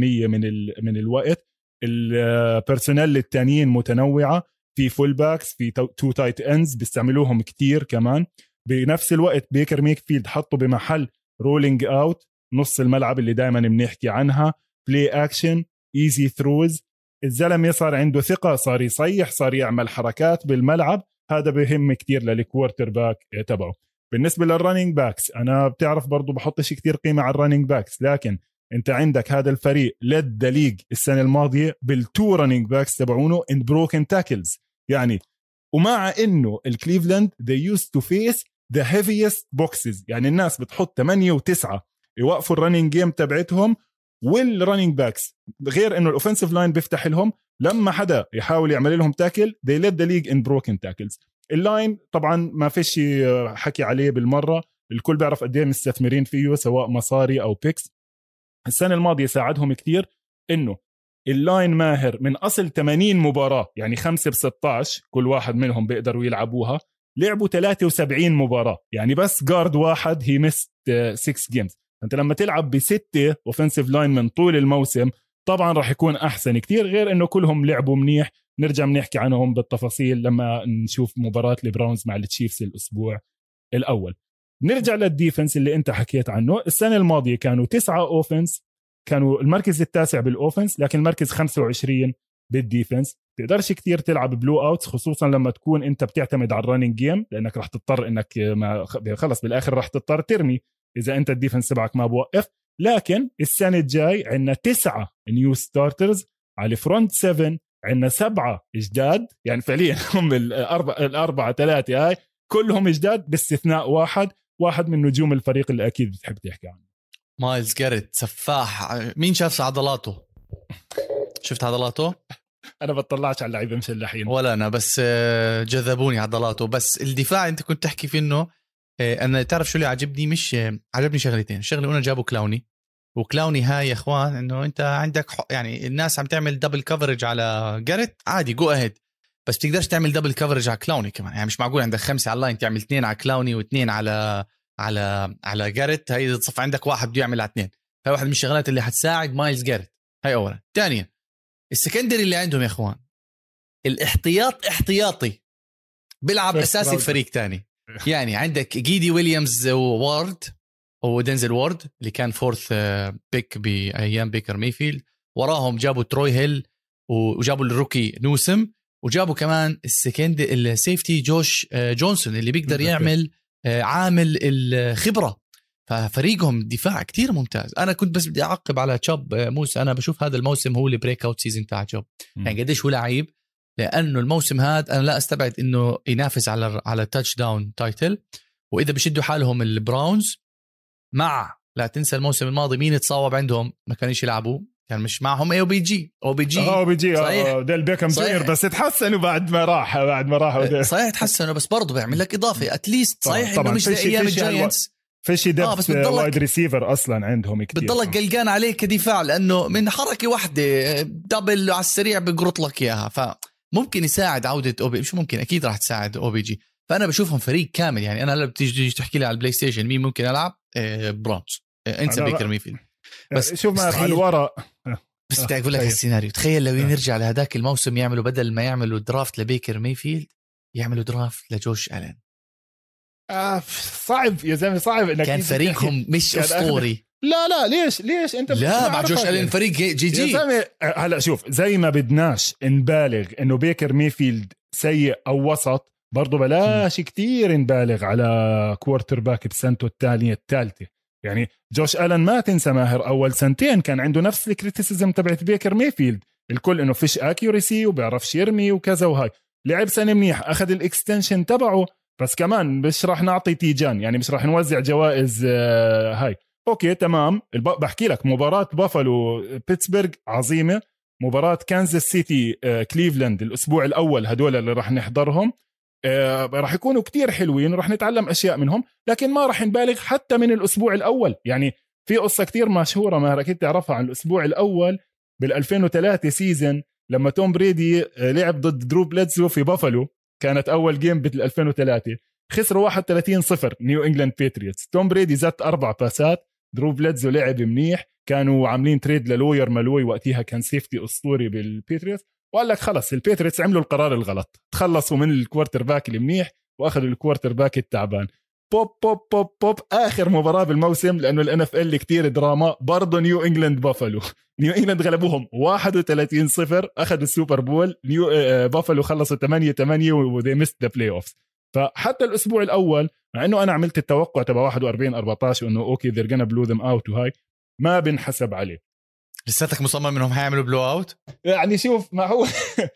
من الوقت. البيرسونيل التانيين متنوعه، في فول باكس، في 2 تايت اندز بيستعملوهم كتير كمان. بنفس الوقت بيكر ميفيلد حطه بمحل رولينج اوت نص الملعب اللي دائما بنحكي عنها، بلاي اكشن ايزي ثروز. الزلمه صار عنده ثقه، صار يصيح، صار يعمل حركات بالملعب، هذا بهم كتير للكوارتر باك تبعه. بالنسبه للرننج باكس انا بتعرف برضو بحطش كتير قيمه على الرننج باكس، لكن انت عندك هذا الفريق لد ليج السنه الماضيه بالتو رننج باكس تبعونه ان بروكن تاكلز يعني. ومع انه الكليفلاند they used to face the heaviest boxes، يعني الناس بتحط 8 و9 يوقفوا الرننج جيم تبعتهم والرننج باكس، غير انه الاوفنسيف لاين بيفتح لهم لما حدا يحاول يعمل لهم تاكل they led the league in broken tackles. اللاين طبعا ما فيش حكي عليه بالمره، الكل بيعرف قد ايه مستثمرين فيه سواء مصاري او بيكس. السنه الماضيه ساعدهم كتير انه اللاين ماهر من أصل 80 مباراة يعني 5-16 كل واحد منهم بيقدروا يلعبوها، لعبوا 73 مباراة، يعني بس جارد واحد هي مست 6 جيمز. انت لما تلعب بستة اوفنسيف لاين من طول الموسم طبعا راح يكون احسن كتير، غير انه كلهم لعبوا منيح. نرجع بنحكي عنهم بالتفاصيل لما نشوف مباراة البراونز مع التشيفز الاسبوع الاول. نرجع للديفنس اللي انت حكيت عنه. السنة الماضية كانوا 9 اوفنس، كانوا المركز التاسع بالاوفنس، لكن المركز 25 بالديفنس. تقدرش كتير تلعب بلو اوتس، خصوصا لما تكون انت بتعتمد على الرننج جيم، لانك راح تضطر انك خلص بالاخر راح تضطر ترمي اذا انت الديفنس تبعك ما بوقف. لكن السنة الجاي عندنا 9 نيو ستارترز على الفرونت 7، عندنا 7 جداد، يعني فعليا هم الأربعة 3 هاي كلهم جداد باستثناء واحد من نجوم الفريق اللي أكيد بتحب تحكي عنه، مايلز جاريت. سفاح. مين شاف عضلاته؟ شفت عضلاته؟ أنا بطلعش على اللعيبة مسلحين ولا أنا، بس جذبوني عضلاته. بس الدفاع أنت كنت تحكي فيه إنه أنا تعرف شو اللي عجبني؟ مش عجبني شغلتين. الشغلة الأولى جابوا كلاوني، وكلاوني هاي يا إخوان إنه أنت عندك يعني الناس عم تعمل دبل كفرج على جاريت عادي، جو أهيد، بس بتقدرش تعمل دبل كفرج على كلاوني كمان. يعني مش معقول عندك 5 على اللاين تعمل 2 على كلاوني و2 على جاريت. هاي تصف عندك واحد بده يعمل على 2. هاي واحد من الشغلات اللي حتساعد مايلز جاريت. هاي أولا. ثانيا السكندري اللي عندهم يا إخوان، الاحتياط احتياطي بيلعب أساسي في فريق تاني. يعني عندك جيدي ويليامز ووارد ودينزل وارد اللي كان فورث بيك بأيام بيكر ميفيلد. وراهم جابوا تروي هيل، وجابوا الروكي نوسم، وجابوا كمان السيفتي جوش جونسون اللي بيقدر يعمل عامل الخبرة. ففريقهم دفاع كتير ممتاز. أنا كنت بس بدي أعقب على تشاب موسى. أنا بشوف هذا الموسم هو البريك أوت سيزن تاع تشاب، يعني قديش هو لعيب. لأنه الموسم هذا أنا لا أستبعد إنه ينافس على تاتش داون تايتل. وإذا بيشدوا حالهم البراونز لا تنسى الموسم الماضي مين تصاوب عندهم، ما كانش يلعبوا، كان مش معهم أو بي جي ديل بيكم جونيور، بس تحسنوا بعد ما راح صحيح تحسنوا، بس برضو بيعمل لك إضافة أتليست. صحيح إنه مش زي أيام الجاينتس فيش دبس وايد ريسيفر أصلا عندهم كتير، بتضلك قلقان عليه كدفاع، لأنه من حركة واحدة دبل على السريع بقرط لك إياها. فممكن يساعد عودة مش ممكن، أكيد راح تساعد OBG. فأنا بشوفهم فريق كامل. يعني أنا لما بتيجي تحكي لي على البلاي ستيشن مين ممكن ألعب، برونز، انسى بيكر ميفيلد. بس شوف ما على الورق. بس تقول لك السيناريو، تخيل لو نرجع لهداك الموسم يعملوا بدل ما يعملوا درافت لبيكر ميفيلد يعملوا درافت لجوش ألين. صعب يا زلمه، صعب انك كان فريقهم مش اسطوري. لا ليش انت لا مع جوش ألين فريق جي. يا زلمه هلا شوف، زي ما بدناش نبالغ انه بيكر ميفيلد سيء او وسط، برضو بلاش كتير نبالغ على كوارتر باك بسنته الثالثه. يعني جوش ألين ما تنسى ماهر اول سنتين كان عنده نفس الكريتيسيزم تبعت بيكر ميفيلد، الكل انه فيش اكيوريسي وبيعرفش يرمي وكذا وهاي. لعب سنه منيح، اخذ الاكستنشن تبعه، بس كمان مش راح نعطي تيجان، يعني مش راح نوزع جوائز هاي. اوكي تمام. بحكي لك مباراة بافالو بيتسبرغ عظيمة، مباراة كانزاس سيتي كليفلاند الاسبوع الاول هدول اللي راح نحضرهم راح يكونوا كتير حلوين وراح نتعلم اشياء منهم، لكن ما راح نبالغ حتى من الاسبوع الاول. يعني في قصة كتير مشهورة ما اكيد تعرفها عن الاسبوع الاول بال2003 سيزن لما توم بريدي لعب ضد درو بليدزو في بافالو، كانت أول جيم بال2003، خسروا 31-0 نيو إنجلاند باتريوتس. توم بريدي زت 4 باسات، درو بليدزو لعب منيح، كانوا عاملين تريد للوير مالوي وقتها كان سيفتي أسطوري بالباتريوتس، وقال لك خلص الباتريوتس عملوا القرار الغلط، تخلصوا من الكوارتر باك المنيح وأخذوا الكوارتر باك التعبان. بوب آخر مباراة بالموسم، لأنه الNFL كتير دراما، برضو نيو إنجلاند بافالو، نيو إنجلاند غلبوهم 31-0، أخذوا السوبر بول. بافالو خلصوا 8-8 وذي ميست ذا بلاي أوفز. فحتى الأسبوع الأول مع أنه أنا عملت التوقع تبع 41-14 وأنه أوكي they're gonna blow them out وهاي، ما بنحسب عليه. لساتك مصمم منهم هيعملوا بلو أوت؟ يعني شوف ما هو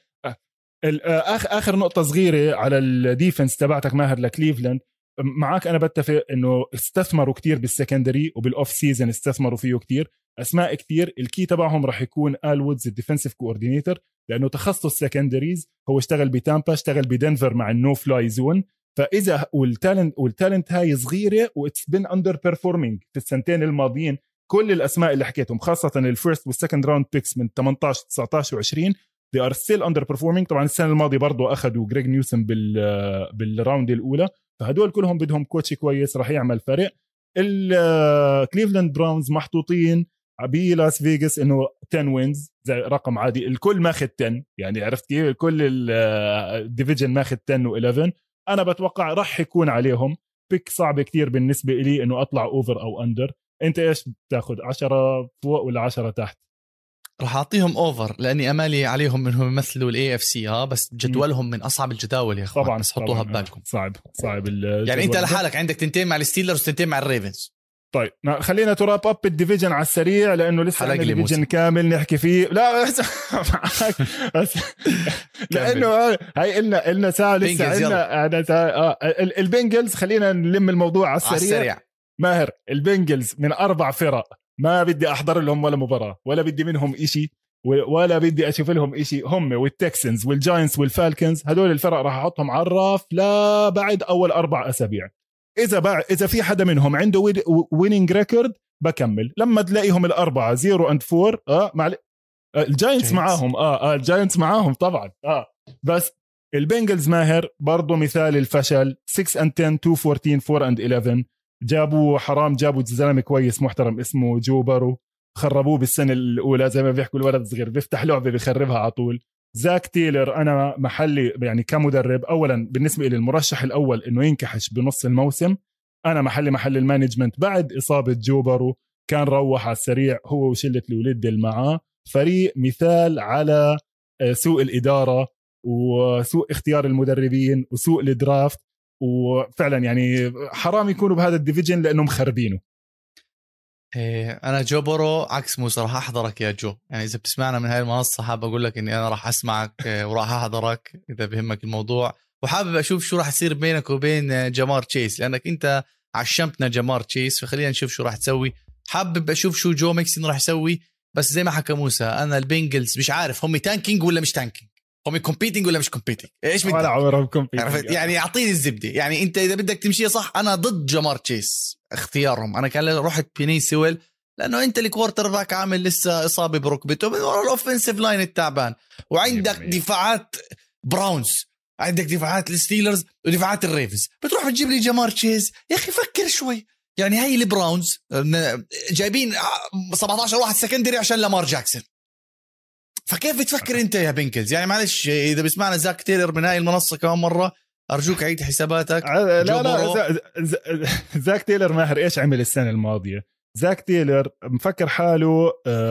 آخر نقطة صغيرة على الديفنس تبعتك ماهر لكليفلاند، معاك أنا بتفق إنه استثمروا كتير بالسكندري وبالأوف سيزن استثمروا فيه كتير، أسماء كتير. الكي تبعهم راح يكون آل وودز الديفنسيف كوردينيتور، لأنه تخصص سكندريز، هو اشتغل بتامبا، اشتغل بدنفر مع النو فلاي زون. فإذا والتالنت هاي صغيرة وإتس بين أندر بيرفورمينج في السنتين الماضيين، كل الأسماء اللي حكيتهم خاصة الفيرست والسكند راوند بيكس من 18 19 و20 they are still underperforming. طبعا السنة الماضية برضو أخذوا غريغ نيوسم بالراوند الأولى، فهدول كلهم بدهم كوتش كويس راح يعمل فرق. الكليفلاند براونز محطوطين بلاس فيغاس انه 10 وينز زي رقم عادي، الكل ماخذ 10 يعني عرفت كيف، كل الديفيجن ماخذ 10 و11. انا بتوقع راح يكون عليهم بيك صعب كتير بالنسبه لي انه اطلع اوفر او اندر. انت ايش بتاخذ 10 فوق ولا 10 تحت؟ راح اعطيهم اوفر لاني امالي عليهم انهم يمثلوا الاي اف سي بس جدولهم من اصعب الجداول يا اخوان. طبعا بس حطوها ببالكم، صعب يعني انت لحالك عندك تنتين مع الستيلرز وتنتين مع الريفنز. طيب خلينا تراب اب الديفيجن على السريع لانه لسه عندنا الديفيجن كامل نحكي فيه. لا بس لانه هاي قلنا ساعه لسه عندنا البنجلز. خلينا نلم الموضوع على السريع. ماهر البنجلز من 4 فرق ما بدي احضر لهم ولا مباراه ولا بدي منهم إشي ولا بدي اشوف لهم إشي. هم والتكسنز والجاينتس والفالكنز هدول الفرق راح احطهم على الراف لا بعد اول 4 أسابيع. اذا في حدا منهم عنده ويننج ريكورد بكمل. لما تلاقيهم الأربعة 0-4 مع الجاينتس معاهم الجاينتس معاهم طبعا بس البنجلز ماهر برضو مثال الفشل 6-10 2-14 4-11. جابوا زلمه كويس محترم اسمه جو بارو، خربوه بالسنه الاولى زي ما بيحكوا الولد الصغير بيفتح لعبه بيخربها على طول. زاك تيلر انا محلي يعني كمدرب اولا بالنسبه لي المرشح الاول انه ينكحش بنص الموسم. انا محل المانجمنت بعد اصابه جو بارو كان روح على السريع هو وشله الولد اللي معاه. فريق مثال على سوء الاداره وسوء اختيار المدربين وسوء الدرافت، وفعلا يعني حرام يكونوا بهذا الديفيجن لانه مخربينه. انا جو بورو عكس موسى راح احضرك يا جو، يعني اذا بتسمعنا من هاي المنصه حابب اقول لك اني انا راح اسمعك وراح احضرك اذا بهمك الموضوع، وحابب اشوف شو راح يصير بينك وبين جمار تشيس لانك انت عشمتنا جمار تشيس، فخلينا نشوف شو راح تسوي. حابب اشوف شو جو ميكسن راح يسوي. بس زي ما حكى موسى انا البنجلز مش عارف هم تانكينج ولا مش تانكينج، هم كومبيتينج ولا مش كومبيتينج، ايش بدك؟ ولا عمرهم كومبيتينج يعني اعطيني الزبده. يعني انت اذا بدك تمشي صح انا ضد جمار تشيس اختيارهم. انا كان رحت بيني سويل لانه انت الكوارتر باك عامل لسه اصابه بركبته من ورا الاوفنسيف لاين التعبان، وعندك دفاعات براونز، عندك دفاعات الستيلرز ودفاعات الريفز، بتروح بتجيب لي جمار تشيس يا اخي فكر شوي. يعني هاي البراونز جايبين 17 واحد سكندري عشان لامار جاكسون، فكيف بتفكر انت يا بنكلز؟ يعني معلش اذا بسمعنا زاك تيلر من هاي المنصه كمان مره ارجوك عيد حساباتك. لا زاك تيلر ماهر ايش عمل السنه الماضيه؟ زاك تيلر مفكر حاله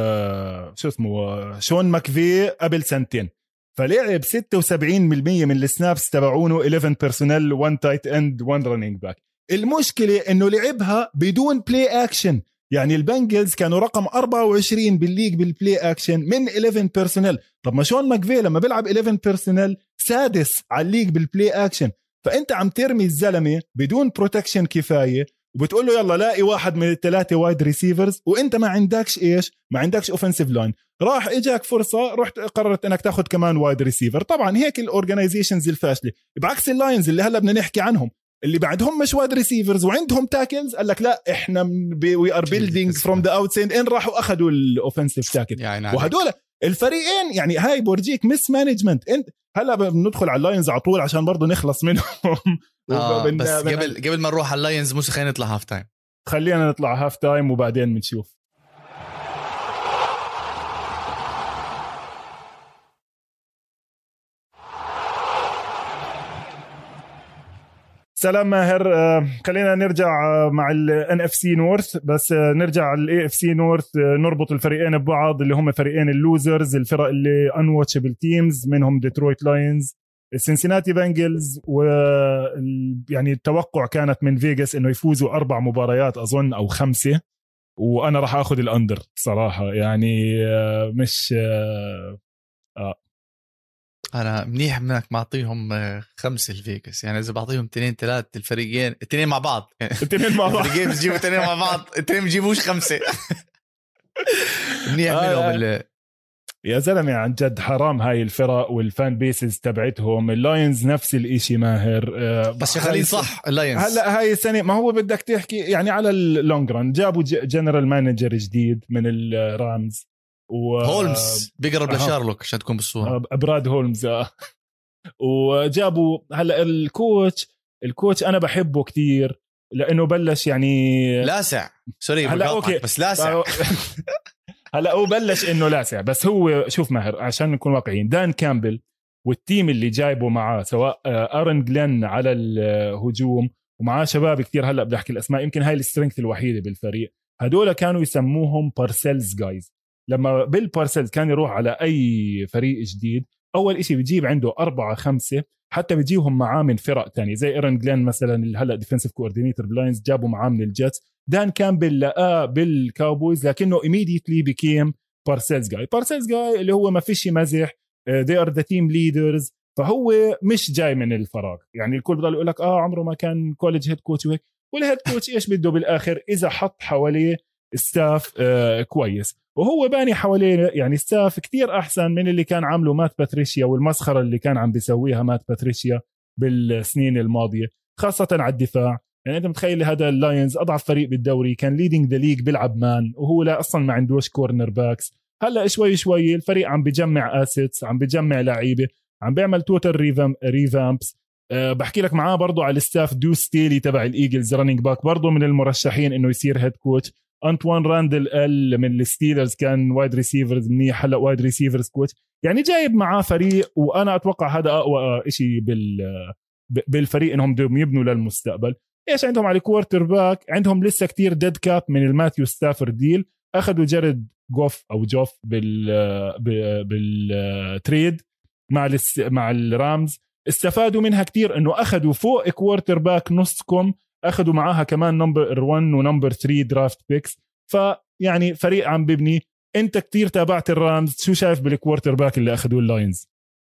شو اسمه شون ماكفي قبل سنتين، فلعب 76% من السنابس تبعونه 11 بيرسونال 1 تايت اند 1 رننج باك. المشكله انه لعبها بدون بلاي اكشن. يعني البنجلز كانوا رقم 24 بالليج بالبلاي اكشن من 11 بيرسونال. طب ما شون ماكفي لما بيلعب 11 بيرسونال سادس على الليج بالبلاي اكشن. فانت عم ترمي الزلمه بدون بروتكشن كفايه وبتقول له يلا لاقي واحد من الثلاثه وايد ريسيفرز وانت ما عندكش ما عندكش اوفنسيف لاين. راح اجاك فرصه رحت قررت انك تاخذ كمان وايد ريسيفر. طبعا هيك الاورجنايزيشنز الفاشله، بعكس اللاينز اللي هلا بدنا نحكي عنهم اللي بعدهم مش وايد ريسيفرز وعندهم تاكلز. قال لك لا احنا وي ار بيلدينج فروم ذا اوتسايد ان راحوا اخذوا الاوفنسيف تاكل يعني وهدول الفريقين. يعني هاي بورجيك مس مانجمنت. انت هلا بندخل على اللاينز على طول عشان برضو نخلص منهم بس قبل ما نروح على اللاينز موسى خلينا نطلع هاف تايم. خلينا نطلع هاف تايم وبعدين بنشوف. سلام ماهر. خلينا نرجع مع ال NFC نورث، بس نرجع على ال AFC نورث نربط الفريقين ببعض اللي هم فريقين اللوزرز، الفرق اللي unwatchable teams منهم ديترويت لاينز السنسيناتي بنجلز. ويعني التوقع كانت من فيغاس انه يفوزوا 4 مباريات اظن او 5، وانا راح اخذ الاندر صراحه. يعني مش انا منيح منك معطيهم 5 الفيغاس. يعني اذا بعطيهم 2-3 الفريقين 2 مع بعض 2 مع بعض الفريقين بيجيبوا 2 مع بعض 2 بيجيبوش 5 منيح منهم يا زلمه عن جد حرام. هاي الفرق والفان بيسز تبعتهم اللاينز نفس الاشي ماهر. بس شغالين صح اللاينز هلا هاي السنه. ما هو بدك تحكي يعني على اللونج ران جابوا جنرال مانجر جديد من الرامز هولمز بيقرب لشارلوك عشان تكون بالصورة. براد هولمز وجابوا هلا الكوتش انا بحبه كتير. لانه بلش يعني لاسع. سوري هلا اوكي بس لاسع. هلا هو بلش انه لاسع، بس هو شوف ماهر عشان نكون واقعيين، دان كامبل والتيم اللي جايبه معاه سواء ارن جلين على الهجوم ومعاه شباب كتير، هلا بدي احكي الاسماء يمكن هاي السترينث الوحيده بالفريق، هدول كانوا يسموهم بارسيلز جايز. لما بالبارسيلز كان يروح على اي فريق جديد اول إشي بيجيب عنده 4-5، حتى بيجيبهم معاه من فرق تانية زي ايرن جلين مثلا اللي هلا ديفنسيف كوردينيتور بلاينز جابوا معاه من الجيتس. دان كامبل لقاه بالكاوبويز لكنه immediately became بارسيلز جاي. بارسيلز جاي اللي هو ما فيش مزح، they are the team leaders، فهو مش جاي من الفراغ. يعني الكل بضل يقول لك عمره ما كان كوليدج هيد كوتش وهيك، والهيد كوتش ايش بده بالاخر اذا حط حواليه ستاف كويس، وهو باني حواليه يعني ستاف كتير احسن من اللي كان عامله مات باتريشيا والمسخره اللي كان عم بيسويها مات باتريشيا بالسنين الماضيه، خاصه على الدفاع. يعني انت متخيل هذا اللاينز اضعف فريق بالدوري، كان ليدنج ذا ليج بيلعب مان، وهو لا اصلا ما عندوش كورنر باكس. هلا شوي شوي الفريق عم بيجمع اسيتس، عم بيجمع لعيبه، عم بيعمل توتال ريفامبس. بحكي لك معاه برضو على الستاف دو ستيلي تبع الايجلز رانينج باك، برضو من المرشحين انه يصير هيد كوتش. أنطوان راندل من الستيلرز كان وايد ريسيفرز منيح، هلا وايد ريسيفرز كوتش. يعني جايب معاه فريق، وانا اتوقع هذا اقوى شيء بالفريق انهم بدهم يبنوا للمستقبل. ايش عندهم على كوارتر باك؟ عندهم لسه كتير ديد كاب من الماثيو ستافورد ديل، اخذوا جارد جوف او جوف بالتريد مع الرامز، استفادوا منها كتير انه اخذوا فوق كوارتر باك نصكم، اخذوا معاها كمان نمبر 1 ونمبر 3 درافت بيكس. فيعني فريق عم ببني. انت كتير تابعت الرامز، شو شايف بالكوارتر باك اللي اخذوه اللاينز؟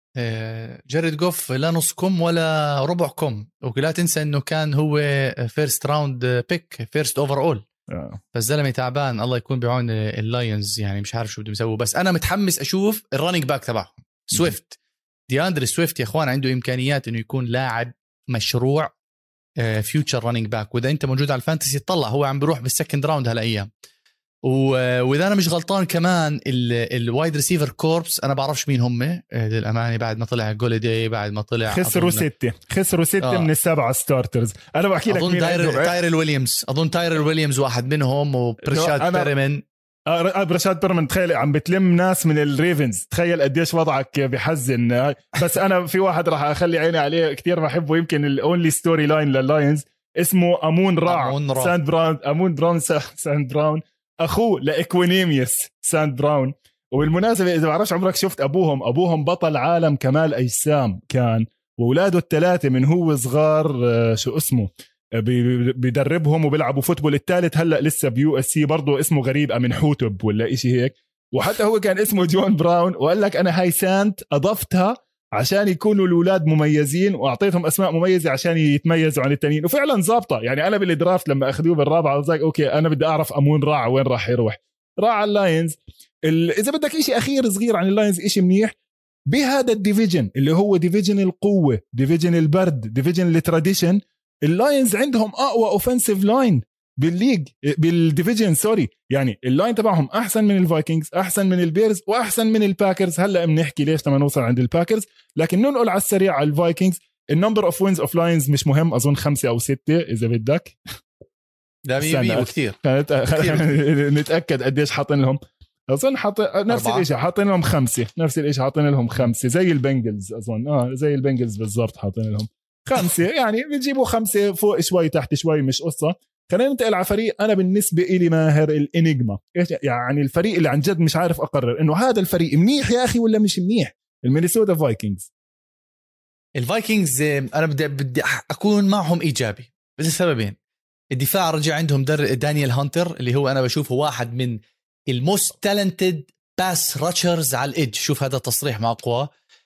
جاريد جوف لا نصكم ولا ربعكم، ولا تنسى انه كان هو فيرست راوند بيك، فيرست اوفر اول. فالزلمه تعبان، الله يكون بعون اللاينز. يعني مش عارف شو بدهم يسووا، بس انا متحمس اشوف الرننج باك تبعهم سويفت. دياندري سويفت يا اخوان عنده امكانيات انه يكون لاعب مشروع فيوتشر رننج باك، واذا انت موجود على الفانتسي تطلع هو عم بيروح بالسكند راوند هالايام. واذا انا مش غلطان كمان الوايد ريسيفر كوربس انا بعرفش مين هم للامانه، بعد ما طلع جوليدي، بعد ما طلع خسروا 6 من ال7 ستارترز. انا بحكي لك مين تايرل ويليامز، اظن تايرل ويليامز واحد منهم، وبرشاد بيرمن. برشاد بيرمن تخيل عم بتلم ناس من الريفنز، تخيل قديش وضعك بحزن. بس انا في واحد راح اخلي عيني عليه كتير بحبه، يمكن الاونلي ستوري لاين لللاينز، اسمه امون راع ساند براون. امون براون ساند براون اخوه لاكوينيميوس ساند براون. وبالمناسبه اذا بعرفش عمرك شفت ابوهم بطل عالم كمال اجسام كان، واولاده الثلاثه من هو صغار شو اسمه بيدربهم وبيلعبوا فوتبول. الثالث هلا لسه بيو اس سي برضه، اسمه غريب امن حوتب ولا إشي هيك. وحتى هو كان اسمه جون براون، وقال لك انا هاي سانت اضفتها عشان يكونوا الاولاد مميزين، واعطيتهم اسماء مميزه عشان يتميزوا عن التانيين، وفعلا زابطه. يعني انا بالدرافت لما اخذوه بالرابعه قلت اوكي انا بدي اعرف امون راع وين راح يروح. راع اللاينز. اذا بدك إشي اخير صغير عن اللاينز، إشي منيح بهذا الديفيجن اللي هو ديفيجن القوه، ديفيجن البرد، ديفيجن التراديشن. اللاينز عندهم اقوى اوفنسيف لاين بالليج بالديفيجن سوري. يعني اللاين تبعهم احسن من الفايكنجز، احسن من البيرز، واحسن من الباكرز. هلا بنحكي ليش لما نوصل عند الباكرز، لكن ننقل على السريع على الفايكنجز. النمبر اوف وينز اوف لاينز مش مهم، اظن 5 أو 6 اذا بدك. ده بيبيعوا كثير. نتاكد قديش حاطين لهم. اظن نفس الشيء حاطين لهم 5، نفس الشيء حاطين لهم 5 زي البنجلز. اظن زي البنجلز بالضبط حاطين لهم 5. يعني بتجيبوا 5 فوق شوي تحت شوي، مش قصة. خلينا ننتقل على فريق أنا بالنسبة إلي ماهر الإنيجما. يعني الفريق اللي عن جد مش عارف أقرر إنه هذا الفريق منيح يا أخي ولا مش منيح. المينيسوتا فايكنجز. الفايكنجز أنا بدي أكون معهم إيجابي لسببين. الدفاع رجع عندهم دانيال هانتر اللي هو أنا بشوفه واحد من الموست تالنتد باس راتشرز على الإيدج. شوف هذا تصريح مع أقوى.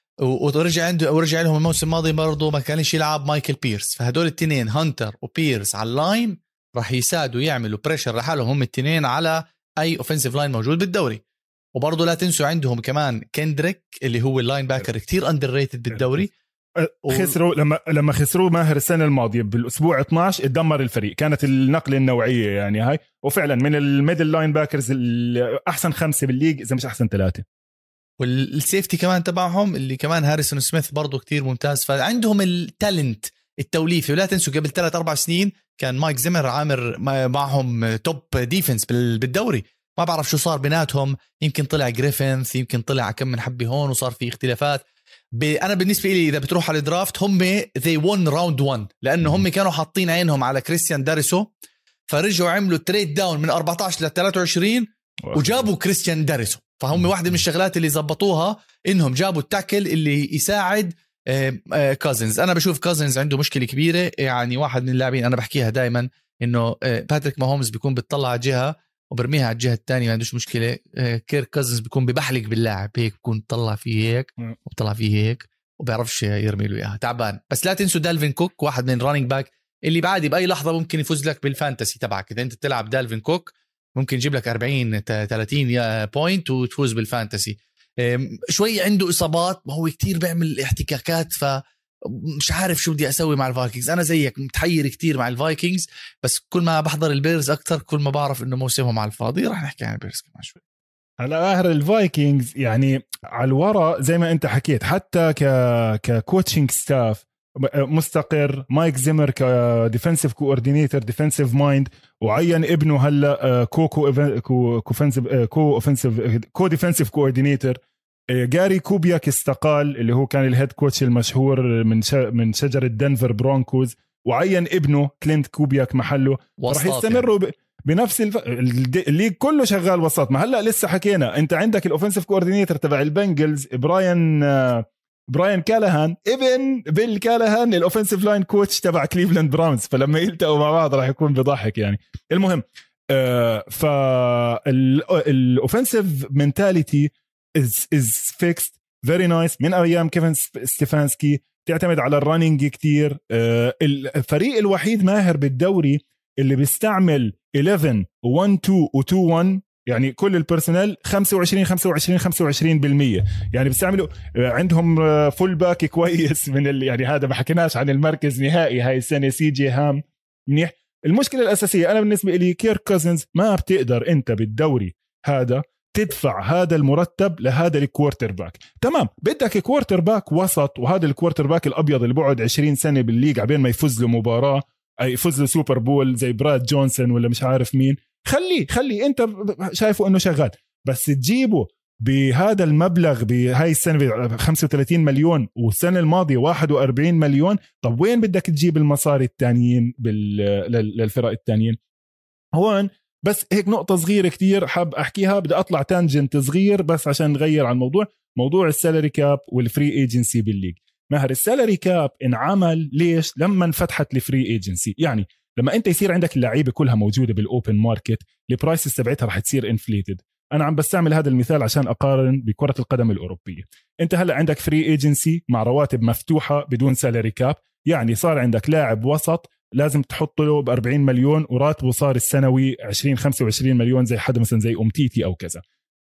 ورجع لهم الموسم الماضي برضو ما كانش يلعب مايكل بيرس. فهدول التنين هانتر وبيرس على اللاين راح يساعدوا يعملوا بريشر لحالهم هم التنين على اي اوفنسيف لاين موجود بالدوري. وبرضو لا تنسوا عندهم كمان كندريك اللي هو اللاين باكر كتير اندر ريتد بالدوري. خسروا لما خسروا ماهر السنه الماضيه بالاسبوع 12 اتدمر الفريق. كانت النقله النوعيه يعني هاي. وفعلا من الميدل لاين باكرز احسن 5 بالليج اذا مش احسن 3. والسيفتي كمان تبعهم اللي كمان هاريسون سميث برضو كتير ممتاز. فعندهم التالنت التوليفي. ولا تنسوا قبل 3-4 سنين كان مايك زيمر عامر معهم توب ديفنس بالدوري. ما بعرف شو صار بيناتهم، يمكن طلع جريفينث، يمكن طلع كم من حبة هون وصار في اختلافات. أنا بالنسبة لي إذا بتروح على الدرافت هم they won round 1 لأنه هم كانوا حاطين عينهم على كريستيان داريسو، فرجعوا عملوا تريد داون من 14 ل 23 وجابوا كريستيان داريسو. فهم واحدة من الشغلات اللي زبطوها إنهم جابوا التاكل اللي يساعد كازنز. أنا بشوف كازنز عنده مشكلة كبيرة، يعني واحد من اللاعبين أنا بحكيها دائما إنه باتريك ماهومز بيكون بتطلع على جهة وبرميها على الجهة الثانية، ما عندوش مشكلة. كيرك كازنز بيكون ببحلق باللاعب هيك، بيكون بتطلع فيه هيك وبطلع فيه هيك وبيعرفش يرمي له إياها، تعبان. بس لا تنسوا دالفين كوك، واحد من رانينج باك اللي بعد بأي لحظة ممكن يفوز لك بالفانتسي تبعك. إذا أنت تلعب دالفين كوك ممكن يجيب لك 40-30 بوينت وتفوز بالفانتسي. شوي عنده إصابات، ما هو كتير بيعمل احتكاكات، فمش عارف شو بدي أسوي مع الفايكنجز. أنا زيك متحير كتير مع الفايكنجز، بس كل ما بحضر البيرز أكتر كل ما بعرف إنه موسمهم على الفاضي. رح نحكي عن البيرز كمان شوي. على آخر الفايكنجز يعني على الورق زي ما أنت حكيت، حتى ككوتشنج ستاف مستقر. مايك زيمر كديفنسيف كوردينيتور، ديفنسيف مايند، وعين ابنه هلا كو ديفنسيف كوردينيتور. جاري كوبياك استقال، اللي هو كان الهيد كوتش المشهور من شجرة دنفر برونكوز، وعين ابنه كلينت كوبياك محله. راح يستمروا بنفس الليج كله شغال وسط. ما هلا لسه حكينا انت عندك الاوفنسيف كوردينيتور تبع البنجلز براين كالهان، ابن بيل كالهان الاوفنسيف لاين كوتش تبع كليفلاند براونز، فلما يلتقوا مع بعض راح يكون بضحك يعني. المهم فالاوفنسيف منتاليتي is fixed very nice من ايام كيفن ستيفانسكي. تعتمد على الرننج كتير. الفريق الوحيد ماهر بالدوري اللي بيستعمل 11 و1 2 و2 1، يعني كل البيرسونال 25 يعني بيستعملوا. عندهم فول باك كويس من يعني هذا ما حكيناش عن المركز نهائي هاي السنه، سي جي هام منيح. المشكله الاساسيه انا بالنسبه لي كيرك كوزنز، ما بتقدر انت بالدوري هذا تدفع هذا المرتب لهذا الكوارتر باك. تمام، بدك كوارتر باك وسط، وهذا الكوارتر باك الابيض اللي بعد 20 سنه بالليج عبين ما يفوز له مباراه، يفوز له سوبر بول زي براد جونسون ولا مش عارف مين. خليه انت شايفه انه شغال، بس تجيبه بهذا المبلغ بهاي السنه 35 مليون والسنه الماضيه 41 مليون. طب وين بدك تجيب المصاري التانيين للفرق التانيين؟ هون بس هيك نقطة صغيرة كتير حاب أحكيها، بدي أطلع تانجنت صغير بس عشان نغير عن موضوع السالري كاب والفري ايجنسي بالليج. ماهر السالري كاب انعمل ليش؟ لما انفتحت الفري ايجنسي، يعني لما انت يصير عندك اللعيبة كلها موجودة بالاوبن ماركت، البرايسز تبعتها رح تصير انفليتد. أنا عم بستعمل هذا المثال عشان أقارن بكرة القدم الأوروبية. أنت هلأ عندك فري ايجنسي مع رواتب مفتوحة بدون سالري كاب، يعني صار عندك لاعب وسط لازم تحط له ب40 مليون وراتبه صار السنوي 20-25 مليون، زي حدا مثلا زي أمتيتي أو كذا.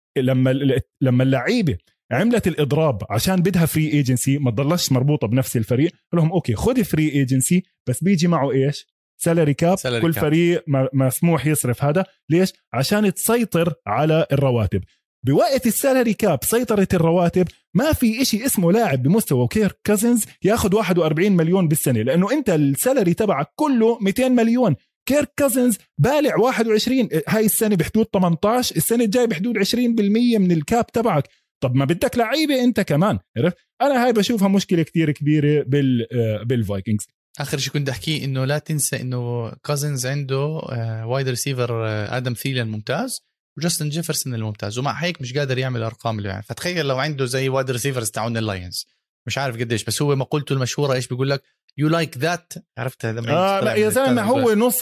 لما اللعيبة عملت الإضراب عشان بدها فري ايجنسي ما تضلش مربوطة بنفس الفريق، لهم أوكي خذ فري ايجنسي بس بيجي معه إيش؟ سالري كاب. كل فريق مسموح يصرف هذا. ليش؟ عشان تسيطر على الرواتب. بوقت السالري كاب سيطرة الرواتب ما في إشي اسمه لاعب بمستوى كيرك كازنز ياخد 41 مليون بالسنة، لأنه أنت السالري تبعك كله 200 مليون. كيرك كازنز بالع 21 هاي السنة بحدود 18، السنة الجاي بحدود 20% من الكاب تبعك. طب ما بدك لعيبة أنت كمان. أنا هاي بشوفها مشكلة كتير كبيرة بالفايكنجز. آخر شيء كنت أحكيه إنه لا تنسى إنه كازنز عنده وايد ريسيفر آدم ثيلن ممتاز وجاستن جيفرسون الممتاز، ومع هيك مش قادر يعمل الأرقام اللي يعني. فتخيل لو عنده زي وايد ريسيفرز تاعون اللاينز، مش عارف قديش، بس هو مقولته المشهورة إيش بيقول لك؟ you like that. عرفت هذا؟ لا يا زلمة هو نص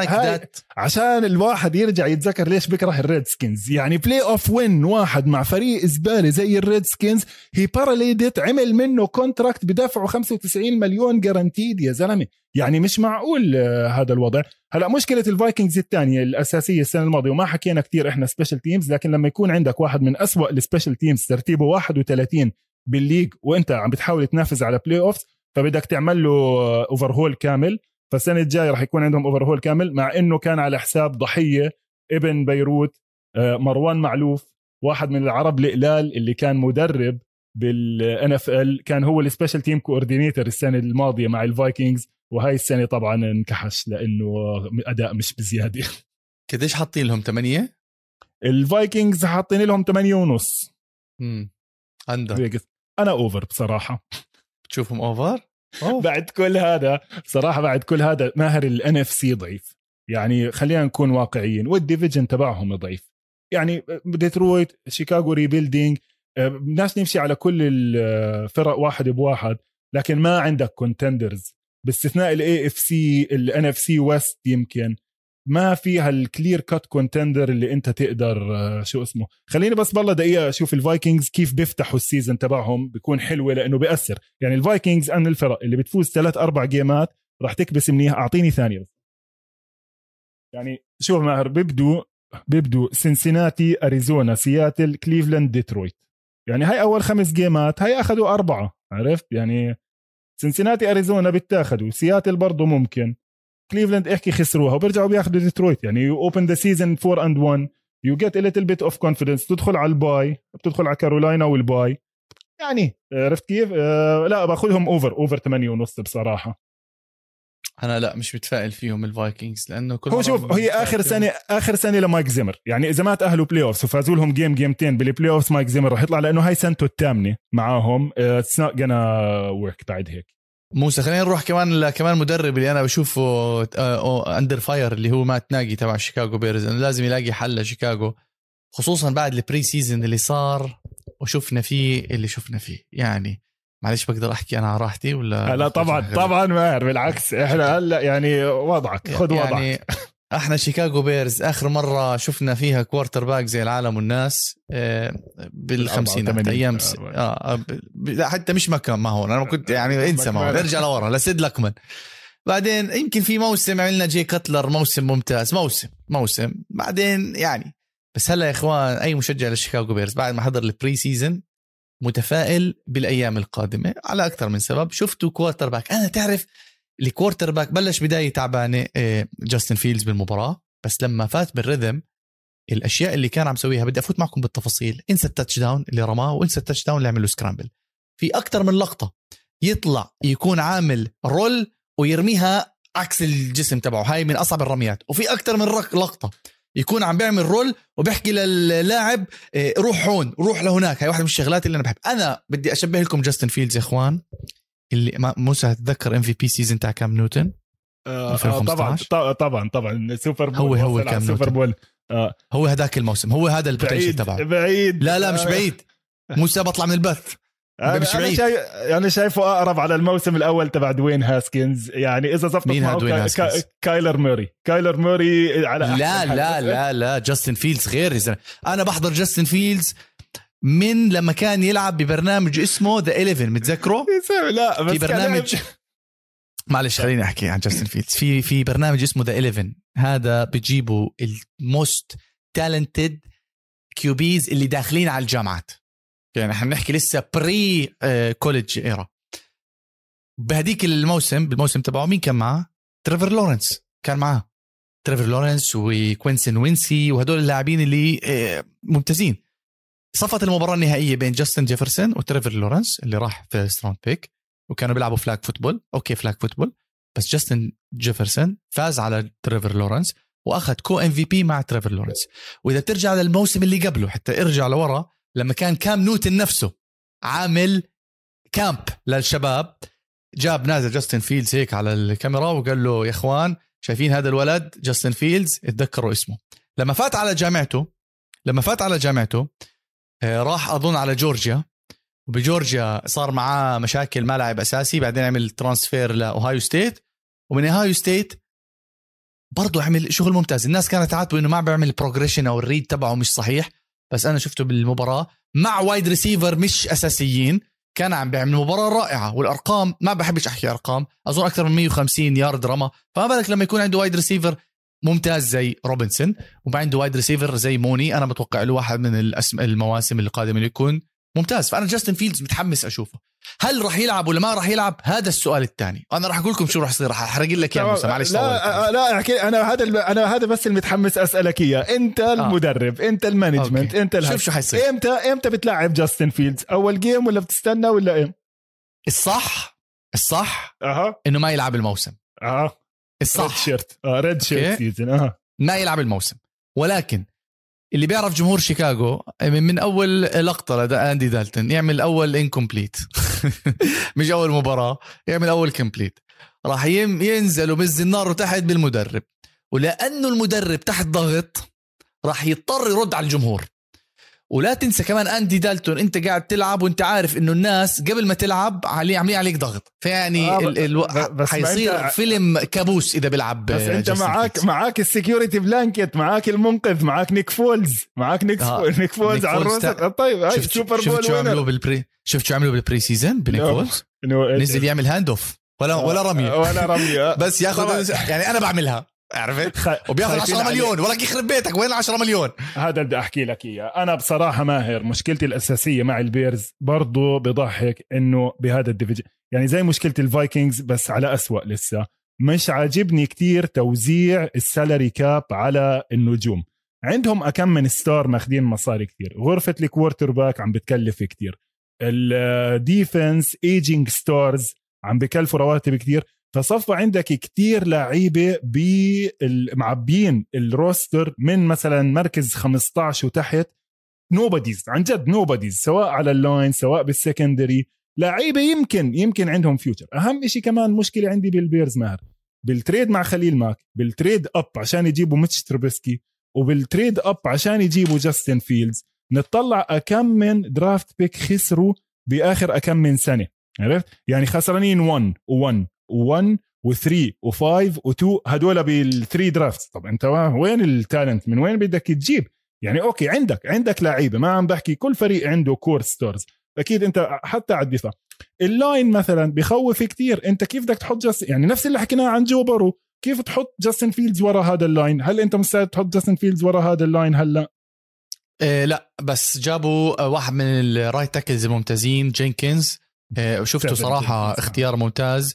عشان الواحد يرجع يتذكر ليش بكره الريد سكينز. يعني بلاي اوف وين واحد مع فريق زبالة زي الريد سكينز، هي باراليدت عمل منه كونتراكت بدفعه 95 مليون جارانتيد يا زلمة. يعني مش معقول هذا الوضع. هلا مشكلة الفايكنجز الثانية الأساسية السنة الماضية، وما حكينا كتير إحنا سبيشال تيمز، لكن لما يكون عندك واحد من أسوأ السبيشال تيمز ترتيبه 31 بالليج وانت عم بتحاول تنافس على بلاي اوفز، فبدك تعمل له اوفرهول كامل. فالسنه الجايه راح يكون عندهم اوفرهول كامل، مع انه كان على حساب ضحيه ابن بيروت مروان معلوف، واحد من العرب القلال اللي كان مدرب بالNFL، كان هو السبيشال تيم كوردينيتور السنه الماضيه مع الفايكنجز. وهاي السنة طبعا انكحش لأنه أداء مش بزيادة. قديش حاطين لهم 8؟ الفايكنجز حاطين لهم 8.5. عندك أنا أوفر بصراحة. بتشوفهم أوفر؟ بعد كل هذا بصراحة، بعد كل هذا ماهر الNFC ضعيف، يعني خلينا نكون واقعيين، والديفيجن تبعهم ضعيف. يعني ديترويت، شيكاغو ريبيلدينج، بدناش نمشي على كل الفرق واحد بواحد، لكن ما عندك كونتندرز باستثناء AFC NFC ويست. يمكن ما فيها الكلير كات كونتندر اللي انت تقدر شو اسمه. خليني بس بالله دقيقة اشوف الفايكنجز كيف بيفتحوا السيزن تبعهم، بيكون حلوة لانه بيأثر. يعني الفايكنجز عن الفرق اللي بتفوز 3-4 جيمات راح تكبس منيها. اعطيني ثانية بس. يعني شوف ماهر، بيبدو سينسيناتي، أريزونا، سياتل، كليفلاند، ديترويت. يعني هاي أول 5 جيمات هاي أخذوا 4. عرفت يعني سينسيناتي أريزونا بتاخدوا، سياتل برضو ممكن، كليفلاند احكي خسروها وبرجعوا بياخدوا ديترويت. يعني you open the season 4-1 you get a little bit of confidence. تدخل على الباي، بتدخل على كارولاينا والباي. يعني عرفت كيف؟ لا باخذهم اوفر 8.5 بصراحة. انا لا مش متفائل فيهم الفايكنجز، لانه كل هو شوف هي اخر سنه لمايك زيمر. يعني اذا ما تاهلوا بلاي اوفز وفازوا لهم جيمتين بالبلاي اوفز، مايك زيمر راح يطلع، لانه هاي سنته الثامنه معاهم. اتس نوت جونا ورك بعد هيك. موسى خلينا نروح كمان مدرب اللي انا بشوفه اندر فاير، اللي هو مات ناجي تبع شيكاغو بيرز. أنا لازم يلاقي حل لشيكاغو، خصوصا بعد البري سيزن اللي صار وشفنا فيه اللي شفنا فيه. يعني معلش بقدر احكي انا على راحتي ولا؟ لا طبعا ماهر، بالعكس احنا هلا يعني وضعك خذ وضعك. يعني احنا شيكاغو بيرز اخر مره شفنا فيها كوارتر باك زي العالم والناس بالخمسينات ايام حتى مش مكان ما هون. انا كنت يعني انسى ما هون، ارجع لورا لسيد لكمن. بعدين يمكن في موسم عملنا جي كاتلر، موسم ممتاز، موسم بعدين يعني. بس هلا يا اخوان اي مشجع للشيكاغو بيرز بعد ما حضر البري سيزن متفائل بالايام القادمه على اكثر من سبب. شفتوا كوارتر باك، انا تعرف الكوارتر باك بلش بدايه تعبانه جاستن فيلدز بالمباراه، بس لما فات بالرhythm الاشياء اللي كان عم سويها، بدي افوت معكم بالتفاصيل. انسى التاتش داون اللي رماه، وانسى التاتش داون اللي عمله سكرامبل. في اكثر من لقطه يطلع يكون عامل رول ويرميها عكس الجسم تبعه، هاي من اصعب الرميات. وفي اكثر من لقطه يكون عم بيعمل رول وبيحكي للاعب روح هون روح لهناك. هاي واحدة من الشغلات اللي انا بحب. انا بدي اشبه لكم جاستن فيلدز يا اخوان، اللي موسى تتذكر MVP سيزن تاع كام نيوتن 2015. طبعا سوبر بول. هو كام سوبر بول. هو هداك الموسم، هو هذا البوتنشل تبعه. بعيد لا مش بعيد. موسى بطلع من البث مش بعيد. يعني شايفه اقرب على الموسم الاول تبع دوين هاسكنز. يعني اذا زبطت معه كايلر موري على لا جاستن فيلدز غير. انا بحضر جاستن فيلدز من لما كان يلعب ببرنامج اسمه ذا 11 متذكره؟ لا بس في برنامج معلش خليني احكي عن جاستن فيلدز. في برنامج اسمه ذا 11. هذا بتجيبوا الموست تالنتد كيوبيز اللي داخلين على الجامعات. يعني حنحكي لسه بري كوليدج ايرا. بهديك بالموسم تبعه مين كان معه؟ تريفر لورنس كان معه. تريفر لورنس وكوينسن وينسي وهدول اللاعبين اللي ممتازين. صفت المباراة النهائية بين جاستن جيفرسون وتريفر لورنس اللي راح في ستراوند بيك، وكانوا بيلعبوا فلاج فوتبول. اوكي فلاج فوتبول، بس جاستن جيفرسون فاز على تريفر لورنس واخذ كو MVP مع تريفر لورنس. واذا ترجع للموسم اللي قبله، حتى ارجع لورا لما كان كام نيوتن نفسه عامل كامب للشباب، جاب نازل جاستن فيلدز هيك على الكاميرا وقال له يا اخوان شايفين هذا الولد جاستن فيلدز، اتذكروا اسمه. لما فات على جامعته راح أظن على جورجيا، وبجورجيا صار معاه مشاكل، ما لعب أساسي. بعدين عمل ترانسفير لأوهايو ستيت، ومن أوهايو ستيت برضو عمل شغل ممتاز. الناس كانت تعاتبه إنه ما بيعمل بروجريشن أو الريد تبعه مش صحيح، بس أنا شفته بالمباراة مع وايد ريسيفر مش أساسيين كان عم بيعمل مباراة رائعة. والأرقام ما بحبش أحكي أرقام، أظن أكثر من 150 يارد رمى. فما بالك لما يكون عنده وايد ريسيفر ممتاز زي روبنسون وما عنده وايد ريسيفر زي موني. أنا بتوقع له واحد من المواسم القادمة اللي يكون ممتاز. فأنا جاستن فيلدز متحمس أشوفه. هل راح يلعب ولا ما راح يلعب؟ هذا السؤال الثاني. أنا راح أقول لكم شو راح يصير، راح أحرق لك يا موسى معلش. لا أحكي أنا هذا بس المتحمس أسألك إياه. أنت المدرب، أنت المانجمنت، أنت شوف شو حيصير. إمتى بتلعب جاستن فيلدز؟ أول جيم ولا بتستنى ولا إيه؟ الصح الصح انه ما يلعب الموسم. الصح ريد شيرت سيزون ما يلعب الموسم. ولكن اللي بيعرف جمهور شيكاغو من اول لقطه لاندي دالتون يعمل اول انكمبليت مش اول مباراه، يعمل اول كمبليت، راح ينزلوا بالزنار تحت بالمدرب، ولانه المدرب تحت ضغط راح يضطر يرد على الجمهور. ولا تنسى كمان أندي دالتون انت قاعد تلعب وانت عارف انه الناس قبل ما تلعب عاملين عليك ضغط، فيعني حيصير فيلم كابوس اذا بيلعب. بس انت معاك السكيورتي بلانكت، معاك المنقذ، معاك نيك فولز على الراس. طيب هاي سوبر بول شفت شو عملوا بالبري سيزن بنيك فولز؟ نزل يعمل هاند اوف ولا رمي بس ياخذ يعني انا بعملها عرفت، وبياخذ 10 مليون ولك يخرب بيتك وين 10 مليون. هذا بدي احكي لك اياه. انا بصراحه ماهر مشكلتي الاساسيه مع البيرز برضو بضحك انه بهذا الديفيجن يعني زي مشكله الفايكنجز بس على أسوأ. لسه مش عاجبني كتير توزيع السالري كاب على النجوم. عندهم أكم من ستار ماخدين مصاري كتير، غرفه الكوارتر باك عم بتكلف كتير، الديفنس ايجينج ستارز عم بكلفوا رواتب كتير. فصفى عندك كتير لعيبة معبين الروستر من مثلا مركز 15 وتحت، نوباديز عن جد نوباديز، سواء على اللاين سواء بالسكندري. لعيبة يمكن عندهم فيوتشر. أهم إشي كمان مشكلة عندي بالبيرز ماهر بالتريد مع خليل ماك، بالتريد أب عشان يجيبوا ميتش تربسكي، وبالتريد أب عشان يجيبوا جاستن فيلدز. نطلع أكم من درافت بيك خسروا بآخر أكم من سنة، عرفت يعني خسرانين 1 و3 و5 و2 هدول بال3 درافت. طب انت وين التالنت؟ من وين بدك تجيب؟ يعني اوكي عندك لعيبه، ما عم بحكي كل فريق عنده كور ستارز اكيد. انت حتى على الدفاع اللاين مثلا بخوف كتير. انت كيف بدك تحط يعني نفس اللي حكيناه عن جو بارو، كيف تحط جاستن فيلدز ورا هذا اللاين؟ هل انت مستعد تحط جاستن فيلدز ورا هذا اللاين هلا؟ لا بس جابوا واحد من الرايت تاكلز الممتازين جينكنز، وشفته صراحه اختيار ممتاز.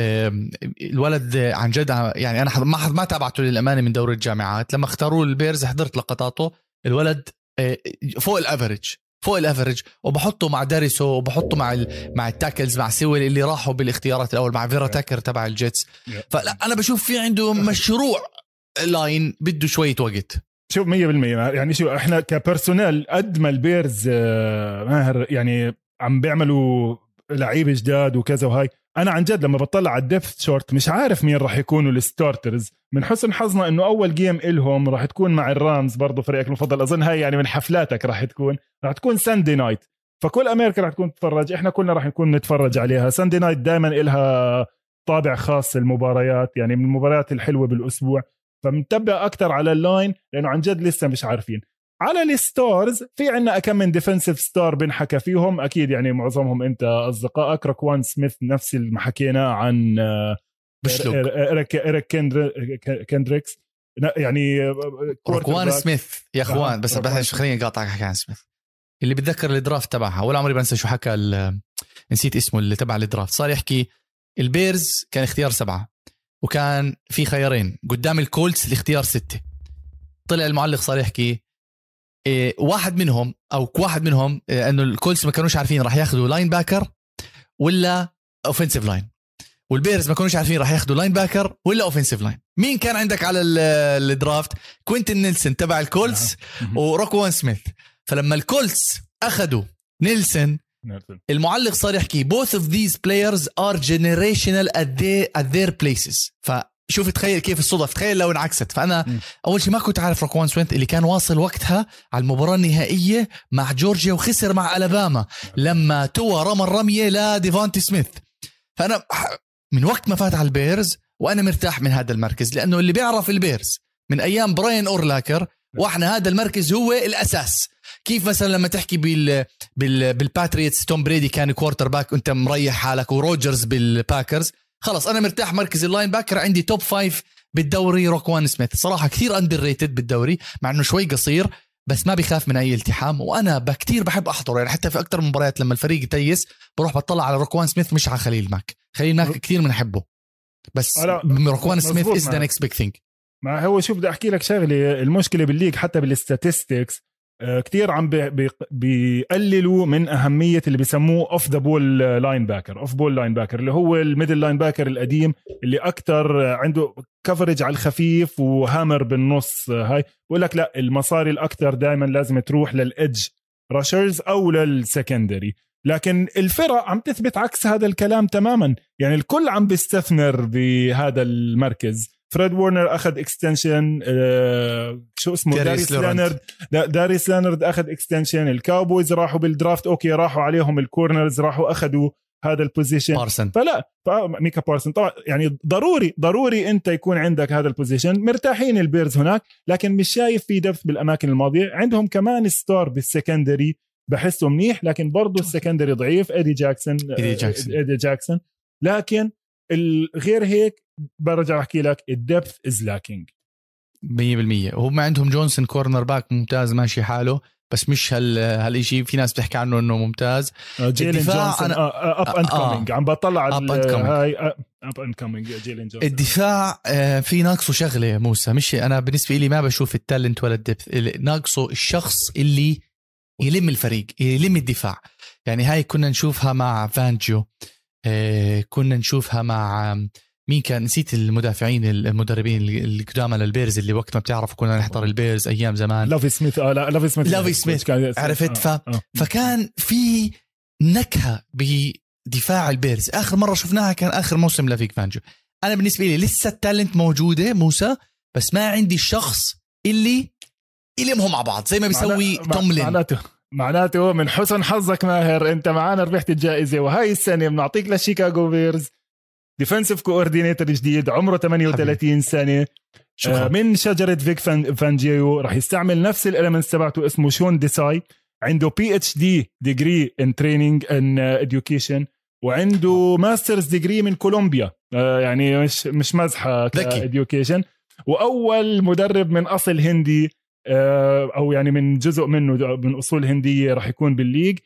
الولد عن جد يعني انا ما تابعته للامانه من دوري الجامعات. لما اختاروه البيرز حضرت لقطاته، الولد فوق الافريج وبحطه مع داريسو وبحطه مع التاكلز مع سويل اللي راحوا بالاختيارات الاول مع فيرا تاكر تبع الجيتس. فلا انا بشوف في عنده مشروع لاين بده شويه وقت. شوف 100% يعني شو احنا كبرسونال قد ما البيرز ماهر يعني عم بيعملوا لعيبه جداد وكذا وهاي. انا عن جد لما بطلع على الديبث شورت مش عارف مين راح يكونوا الستارترز. من حسن حظنا انه اول جيم إلهم راح تكون مع الرامز، برضو فريقك المفضل. اظن هاي يعني من حفلاتك راح تكون ساندي نايت، فكل امريكا راح تكون تتفرج، احنا كلنا راح نكون نتفرج عليها. ساندي نايت دائما إلها طابع خاص المباريات، يعني من المباريات الحلوه بالاسبوع. فمنتبه اكتر على اللاين لانه عن جد لسه مش عارفين. على الستارز في عنا كم من ديفنسيف ستار بنحكى فيهم اكيد، يعني معظمهم انت اصدقائك. روكوان سميث نفس اللي حكينا عن إيريك كندريكس يعني روكوان سميث يا اخوان. بس خليني اقاطعك. حكي عن سميث اللي بتذكر الدرافت تبعها ولا عمري بنسى شو حكى، نسيت اسمه اللي تبع الدرافت. صار يحكي البيرز كان اختيار 7 وكان في خيارين قدام الكولتس الاختيار 6. طلع المعلق صار يحكي واحد منهم انه الكولتس ما كانوش عارفين راح ياخذوا لاين باكر ولا اوفنسيف لاين، والبيرز ما كانوش عارفين راح ياخذوا لاين باكر ولا اوفنسيف لاين. مين كان عندك على الدرافت؟ كوينتن نيلسون تبع الكولتس وروكوان سميث. فلما الكولتس اخذوا نيلسون المعلق صار يحكي both of these players are generational at their places. فشوف تخيل كيف الصدف، تخيل لو انعكست. فأنا أول شيء ما كنت عارف روكوان سميث اللي كان واصل وقتها على المباراة النهائية مع جورجيا وخسر مع ألاباما لما توا رمى الرمية لديفانتي سميث. فأنا من وقت ما فات على البيرز وأنا مرتاح من هذا المركز، لأنه اللي بيعرف البيرز من أيام براين أورلاكر واحنا هذا المركز هو الأساس. كيف مثلا لما تحكي بالباتريتس توم بريدي كان كوارتر باك وانت مريح حالك، وروجرز بالباكرز خلص انا مرتاح مركز اللاين باكر. عندي توب 5 بالدوري روكوان سميث صراحه كثير اندر ريتد بالدوري مع انه شوي قصير بس ما بيخاف من اي التحام، وانا كثير بحب احضره. يعني حتى في اكتر من مباريات لما الفريق يتيس بروح بطلع على روكوان سميث مش على خليل ماك كثير بنحبه، بس روكوان سميث از ذا نيكست بيج ثينج. ما هو شوف بدي احكي لك شغله، المشكله بالليج حتى بالستاتستكس كتير عم بيقللوا من أهمية اللي بيسموه اوف ذا بول لاين باكر، اوف بول لاين باكر اللي هو الميدل لاين باكر القديم اللي أكتر عنده كفرج على الخفيف وهامر بالنص. هاي بقول لك لا، المصاري الأكتر دائما لازم تروح للإدج راشرز أو للسكندري. لكن الفرق عم تثبت عكس هذا الكلام تماما، يعني الكل عم بيستثمر بهذا المركز. فريد وورنر أخذ اكستنشن، شو اسمه داريس لانرد أخذ اكستنشن. الكاوبويز راحوا بالدرافت، أوكي راحوا عليهم الكورنرز، راحوا أخذوا هذا البوزيشن. ميكا بارسن طبعا، يعني ضروري أنت يكون عندك هذا البوزيشن. مرتاحين البيرز هناك، لكن مش شايف في دبث بالأماكن الماضية. عندهم كمان ستار بالسكندري بحسه منيح، لكن برضو السكندري ضعيف. إيدي جاكسون. لكن غير هيك برجع أحكي لك الدبث is lacking 100%. وهم عندهم جونسون كورنر باك ممتاز ماشي حاله، بس مش هالشيء في ناس بتحكي عنه انه ممتاز. جيلين جونسون اب اند كومينج، عم بطلع على هاي اب اند كومينج. جيلين جونسون الدفاع في ناقصه شغله موسى، مش انا بالنسبه لي ما بشوف التالنت ولا الدبث، ناقصه الشخص اللي يلم الفريق، يلم الدفاع. يعني هاي كنا نشوفها مع فانجيو، كنا نشوفها مع مين كان، نسيت المدافعين المدربين القدامى للبيرز اللي وقت ما بتعرف كنا نحضر البيرز ايام زمان. لافي سميث عرفت. فكان في نكهه بدفاع البيرز. اخر مره شفناها كان اخر موسم لفيك فانجو. انا بالنسبه لي لسه التالنت موجوده موسى، بس ما عندي الشخص اللي يلمهم مع بعض زي ما بيسوي توملين. معناته من حسن حظك ماهر انت معانا ربحت الجائزه، وهاي السنه بنعطيك للشيكاغو بيرز ديفنسيف كوردينيتور جديد عمره 38 سنة من شجرة فيك فانجيو. رح يستعمل نفس الاليمنتس تبعته، اسمه شون ديساي. عنده PhD degree in training and education، وعنده ماسترز ديجري من كولومبيا. يعني مش مزحة education. وأول مدرب من أصل هندي، أو يعني من جزء منه من أصول هندية رح يكون بالليج.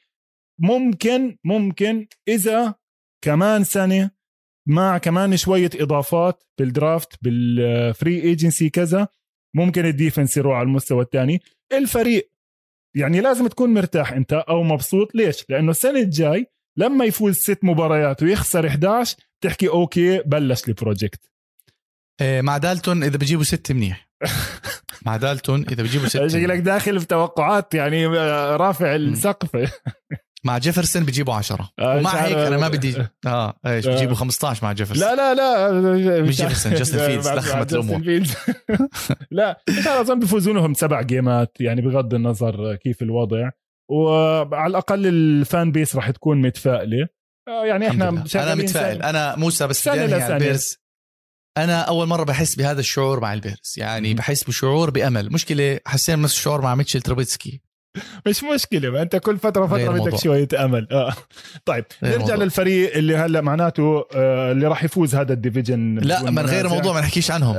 ممكن إذا كمان سنة مع كمان شوية إضافات بالدرافت بالفري ايجنسي كذا، ممكن الديفنس يروح على المستوى الثاني. الفريق يعني لازم تكون مرتاح انت او مبسوط. ليش؟ لأنه السنة الجاي لما يفوز 6 مباريات ويخسر 11 تحكي اوكي بلش البروجكت. مع دالتون اذا بجيبوا 6 منيح. مع دالتون اذا بجيبوا 6 شكلك داخل في توقعات يعني رافع السقف. مع جيفرسون بيجيبوا 10 ومع هيك انا ما بدي ايش بيجيبوا 15 مع جيفرسون. لا مش جيفرسون، جاستن فيلدز لخمت الامور. لا انا اظن بيفوزونهم 7 جيمات يعني بغض النظر كيف الوضع، وعلى الاقل الفان بيس راح تكون متفائله. يعني احنا انا متفائل انا موسى، بس بدي على البيرز. انا اول مره بحس بهذا الشعور مع البيرز، يعني بحس بشعور بامل. مشكله حسين نفس الشعور مع ميتشل تروبيتسكي. مش مشكلة، ما أنت كل فترة بدك شوية أمل. طيب نرجع للفريق اللي هلأ معناته اللي راح يفوز هذا الديفيجن. لا من غير موضوع ما نحكيش عنهم.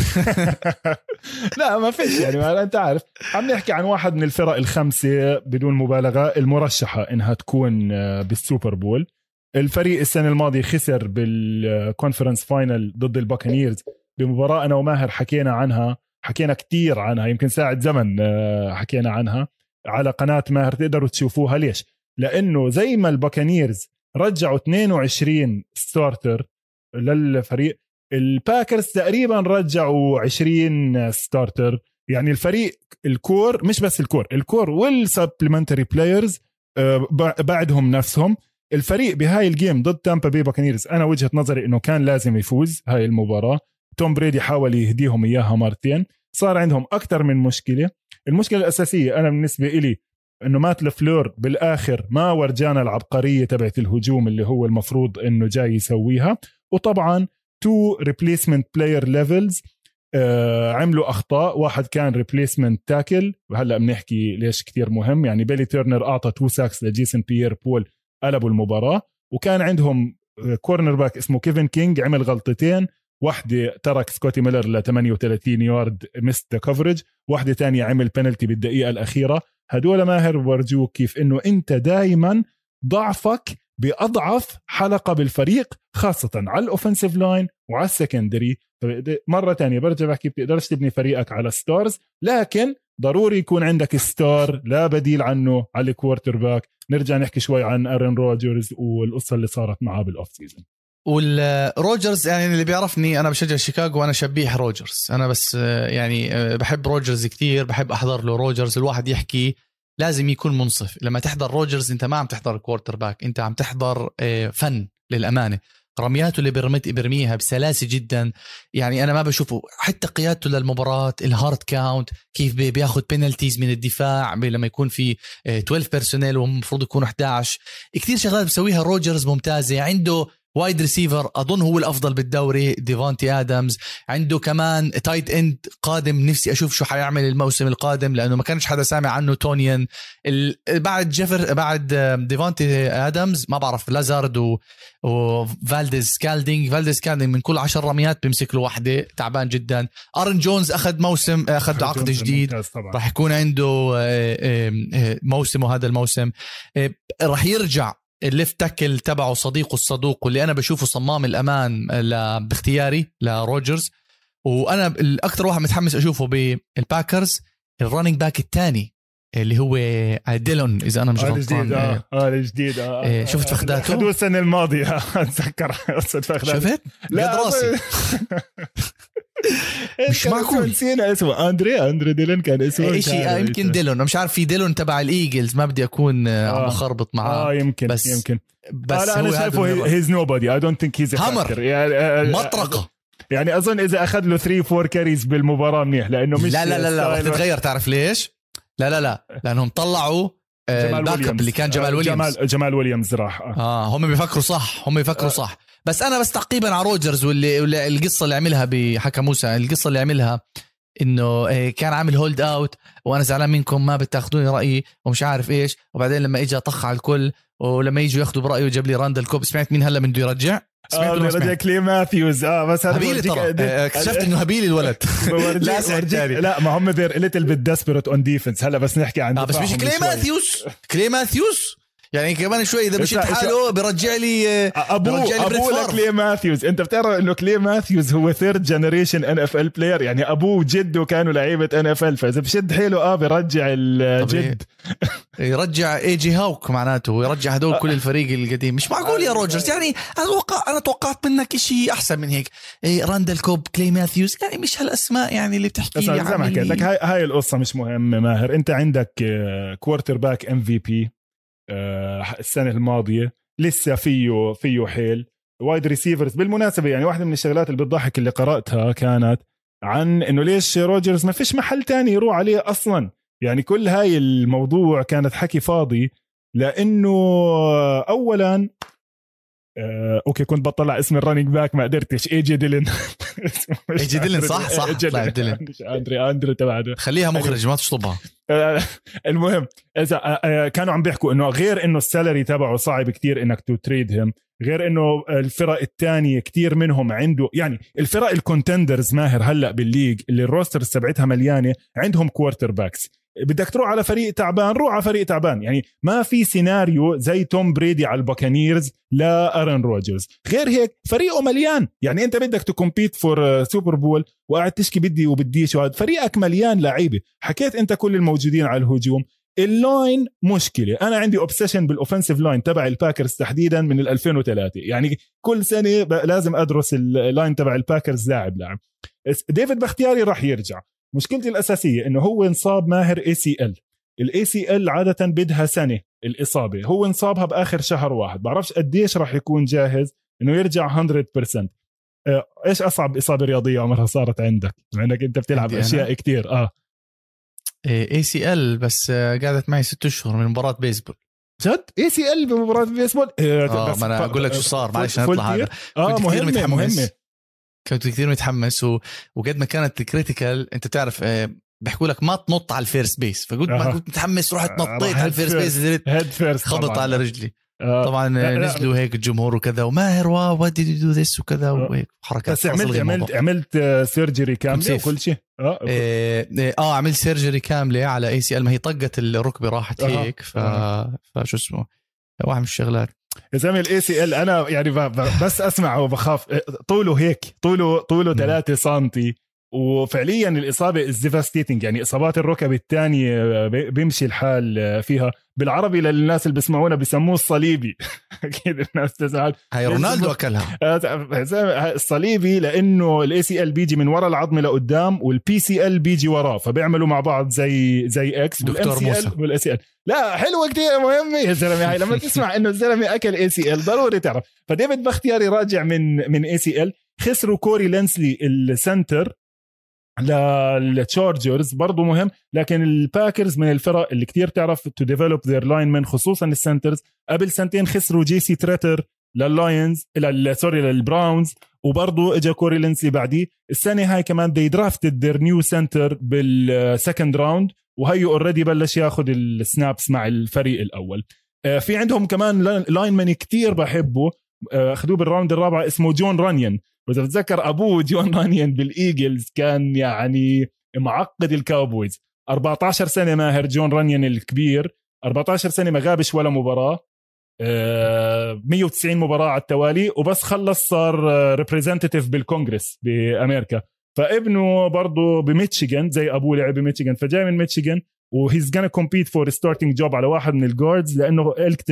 لا ما فيش، يعني ما أنت عارف عم نحكي عن واحد من الفرق الخمسة بدون مبالغة المرشحة إنها تكون بالسوبر بول. الفريق السنة الماضية خسر بالكونفرنس فاينل ضد الباكانيرز بمباراة أنا وماهر حكينا كتير عنها، يمكن ساعة زمن حكينا عنها على قناة ماهر، تقدروا تشوفوها. ليش؟ لأنه زي ما الباكانيرز رجعوا 22 ستارتر للفريق، الباكرز تقريبا رجعوا 20 ستارتر. يعني الفريق الكور، مش بس الكور والسبلمنتري بلايرز بعدهم نفسهم. الفريق بهاي الجيم ضد تامبا بي باكانيرز أنا وجهة نظري إنه كان لازم يفوز هاي المباراة. توم بريدي حاول يهديهم إياها مرتين، صار عندهم أكتر من مشكلة. المشكلة الأساسية أنا بالنسبة إلي إنه مات لفلور بالآخر ما ورجانا العبقرية تبعت الهجوم اللي هو المفروض إنه جاي يسويها. وطبعا 2 replacement player levels عملوا أخطاء. واحد كان replacement tackle، وهلأ بنحكي ليش كتير مهم. يعني بيلي تيرنر أعطى 2 ساكس لجيسون بيير بول، قلبوا المباراة. وكان عندهم كورنر باك اسمه كيفن كينج عمل غلطتين، واحدة ترك سكوتي ميلر ل 38 يارد مست ذا كفرج، واحدة تانية عمل بنالتي بالدقيقة الأخيرة. هدول ماهر ورجوك كيف إنه أنت دايما ضعفك بأضعف حلقة بالفريق، خاصة على الأوفنسيف لاين وعلى السكندري. مرة تانية برجع بحكي بتقدرش تبني فريقك على ستارز، لكن ضروري يكون عندك ستار لا بديل عنه على الكوارتر باك. نرجع نحكي شوي عن أرين روجرز والقصة اللي صارت معاه بالأوف سيزون. والروجرز يعني اللي بيعرفني أنا بشجع شيكاغو وأنا شبيه روجرز. أنا بس يعني بحب روجرز كتير، بحب أحضر له روجرز. الواحد يحكي لازم يكون منصف. لما تحضر روجرز أنت ما عم تحضر كوارتر باك، أنت عم تحضر فن للأمانة. رمياته اللي برميها بسلاسة جدا. يعني أنا ما بشوفه حتى قيادته للمباراة، الهارد كاونت، كيف بياخد بينالتيز من الدفاع لما يكون في 12 بيرسونيل وهم المفروض يكونوا 11. كتير شغلات بسويها روجرز ممتازة. عنده وايد ريسيفر أظن هو الأفضل بالدوري، ديفونتي آدمز. عنده كمان تايت اند قادم، نفسي أشوف شو حيعمل الموسم القادم لأنه ما كانش حدا سامع عنه. تونيان بعد ديفونتي آدمز ما بعرف لازارد وفالديز سكالدينج من كل 10 رميات بيمسك له واحدة، تعبان جدا. أرن جونز أخذ عقد جديد، راح يكون عنده موسمه هذا الموسم. راح يرجع الليفت تاكل تبعه صديقه الصدوق واللي أنا بشوفه صمام الأمان باختياري لروجرز. وأنا الأكثر واحد متحمس أشوفه بالباكرز الرانينج باك الثاني اللي هو ديلون، إذا أنا مش غلطان. الجديد شفت فخداته خدوه السنة الماضية. أتذكر شفت لا راسي مش معقول نسينا اسمه أندري ديلون كان اسمه شيء يمكن ديلون، مش عارف. في ديلون تبع الإيجلز، ما بدي أكون عم بخربط معاه. يمكن بس أنا شايفه he's nobody. I don't think he's a factor. يعني مطرقة. يعني أظن إذا أخذ له 3-4 كاريز بالمباراة منيح، لأنه مش لا راح تتغير. تعرف ليش؟ لا لأنهم طلعوا الباك اب اللي كان جمال ويليامز راح. هم بيفكروا صح. بس أنا بس تعقيبا على روجرز واللي القصة اللي عملها بحكى موسى، القصة اللي عملها إنه كان عامل هولد أوت وأنا زعلان منكم ما بتاخدوني رأيي ومش عارف إيش. وبعدين لما إجا طخ على الكل، ولما يجوا ياخدوا برأيه جاب لي راندل كوب. سمعت مين هلا من بده يرجع؟ رجع كلي ماثيوز. بس هذا اكتشفت انه هبيلي الولد. لا ما هم ذير ليتل بيت ديسبريت اون ديفنس. هلا بس نحكي عن بس مش كلي ماثيوس يعني كمان شوي اذا مشيت حاله برجع لي ابوه كلي ماثيوز. انت بتعرف انه كلي ماثيوز هو ثيرد جنريشن ان اف ال بلاير، يعني ابوه وجده كانوا لعيبه ان اف ال. فاذا بشد حيله برجع الجد يرجع اي جي هاوك معناته، ويرجع هدول كل الفريق القديم. مش معقول يا روجرز. يعني انا توقعت منك شيء احسن من هيك. راندل كوب، كلي ماثيوز، يعني مش هالاسماء يعني اللي بتحكي لي. زي ما حكيت لك هاي القصه مش مهمه ماهر. انت عندك كوارتر باك MVP السنة الماضية، لسه فيه حيل. وايد ريسيفرز بالمناسبة، يعني واحدة من الشغلات اللي بتضحك اللي قرأتها كانت عن إنه ليش روجرز ما فيش محل تاني يروح عليه أصلا. يعني كل هاي الموضوع كانت حكي فاضي، لأنه أولا اوكي كنت بطلع اسم الرانينج باك ما قدرتش. اي جي ديلين صح طلع ديلين. اندري تبع خليها مخرج ما تشطبها. المهم اذا كانوا عم بيحكوا انه غير انه السالري تبعه صعب كتير انك تريدهم، غير انه الفرق الثانيه كتير منهم عنده، يعني الفرق الكونتندرز ماهر هلا بالليج اللي الروستر تبعتها مليانه عندهم كوارتر باكس. بدك تروح على فريق تعبان، روح على فريق تعبان. يعني ما في سيناريو زي توم بريدي على الباكانيرز لا أرن روجرز. غير هيك فريقه مليان. يعني انت بدك تكمبيت فور سوبر بول وقاعد تشكي بدي وبديش، وهذا فريقك مليان لعيبه. حكيت انت كل الموجودين على الهجوم. اللاين مشكله. انا عندي اوبسيشن بالاوفنسيف لاين تبع الباكرز تحديدا من 2003. يعني كل سنه لازم ادرس اللاين تبع الباكرز لاعب. ديفيد بختياري راح يرجع. مشكلتي الأساسية إنه هو انصاب ماهر ACL. ACL عادة بدها سنة الإصابة، هو انصابها بآخر شهر واحد. بعرفش قديش راح يكون جاهز إنه يرجع 100%. إيش أصعب إصابة رياضية عمرها صارت عندك مع إنك أنت بتلعب أشياء كتير؟ ACL بس قعدت معي 6 أشهر من مباراة بيسبول. جد ACL بمباراة بيسبول؟ بس ما أنا أقول لك شو صار. معلش نطلع هذا. مهمة. كنت كثير متحمس وقد ما كانت كريتيكال. انت تعرف بيحكوا لك ما تنط على الفيرست بيس، فقلت ما كنت متحمس رحت نطيت على الفيرست بيس خبط على رجلي. طبعا نزلوا هيك الجمهور وكذا وماهر واو دي دو ذس وكذا وهيك حركات. بس عملت سيرجري كامله وكل شيء. عملت سيرجري كامله على ACL. ما هي طقت الركبه راحت هيك فشو اسمه واحد من الشغلات يا زلمه ACL. انا يعني بس اسمعه وبخاف. طوله هيك، طوله 3 سنتي وفعليا الإصابة الزيفاستيتنج، يعني إصابات الركب الثانية بيمشي الحال فيها. بالعربي للناس اللي بيسمعونا بيسموه الصليبي. أكيد الناس تزعل، هاي رونالدو أكلها الصليبي، لأنه الACL بيجي من وراء العظم لقدام والPCL بيجي وراه، فبيعملوا مع بعض زي إكس. دكتور موسى والACL لا حلوة كتير مهمة يا زلمة. هاي لما تسمع إنه الزلمة أكل ACL ضروري تعرف. فديفيد بختياري راجع من ACL. خسروا كوري لينسلي السنتر للتشارجرز برضو مهم، لكن الباكرز من الفرق اللي كتير تعرف to develop their linemen خصوصا السنترز. قبل سنتين خسروا JC تريتر لللاينز للبراونز، وبرضو اجا كوري لينسلي بعديه. السنة هاي كمان they drafted their new center بالسكند راوند، وهي اوريدي بلش ياخد السنابس مع الفريق الأول. في عندهم كمان لاينمن كتير بحبه أخذوه بالراوند الرابع اسمه جون رانيان. وإذا بتذكر أبوه جون رانيان بالإيجلز كان يعني معقد الكاوبويز. 14 سنة ماهر جون رانيان الكبير، 14 سنة ما غابش ولا مباراة، 190 مباراة على التوالي، وبس خلص صار ريبريزنتيتيف بالكونغرس بأمريكا. فابنه برضه بميتشيغان زي أبوه لعب بميتشيغان، فجاي من ميتشيغان وهيز gonna compete for starting job على واحد من الجاردز، لأنه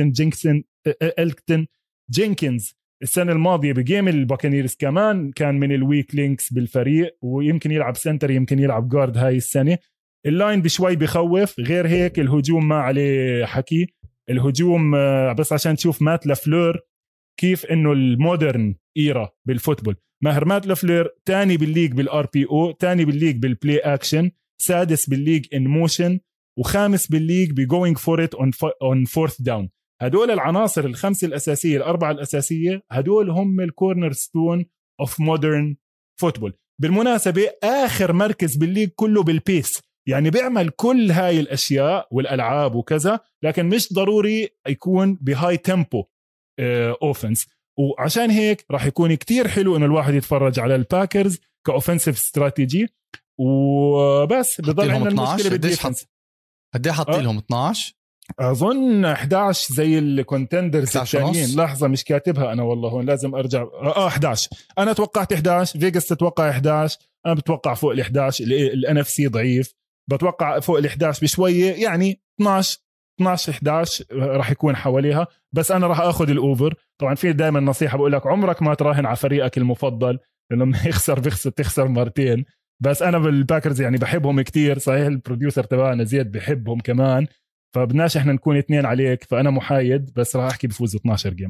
إلكتون جينكنز السنة الماضية بجيم الباكانيرز كمان كان من الويك لينكس بالفريق، ويمكن يلعب سنتر يمكن يلعب جارد هاي السنة. اللاين بشوي بخوف، غير هيك الهجوم ما عليه حكي. الهجوم بس عشان تشوف مات لافلور كيف انه المودرن ايرا بالفوتبول. ماهر مات لافلور تاني بالليج بالRPO، تاني بالليج بالبلاي اكشن، سادس بالليج ان موشن، وخامس بالليج بجوينج فور ات اون فورث داون. هدول العناصر الخمسة الأساسية الأربعة الأساسية هدول هم الكورنر ستون اوف مودرن فوتبول. بالمناسبة آخر مركز بالليج كله بالبيس، يعني بيعمل كل هاي الأشياء والألعاب وكذا، لكن مش ضروري يكون بهاي تيمبو أوفنس. وعشان هيك راح يكون كتير حلو إنه الواحد يتفرج على الباكرز كأوفنسيف استراتيجي. وبس بضل عندنا المشكلة بالديفنس. قد ايه حاطين لهم 12؟ اظن 11 زي الكونتندرز الثانيين. لحظه مش كاتبها انا والله، هون لازم ارجع. 11 انا توقعت 11، فيغاس تتوقع 11، انا بتوقع فوق ال11. الNFC ضعيف، بتوقع فوق ال11 بشويه، يعني 12 11 راح يكون حواليها. بس انا راح اخذ الاوفر. طبعا في دائما نصيحه بقول لك عمرك ما تراهن على فريقك المفضل، لما يخسر تخسر مرتين. بس انا بالباكرز يعني بحبهم كتير، صحيح البروديوسر تبعنا زياد بحبهم كمان، فبدناش احنا نكون 2 عليك، فانا محايد، بس راح احكي بفوز 12 جيم.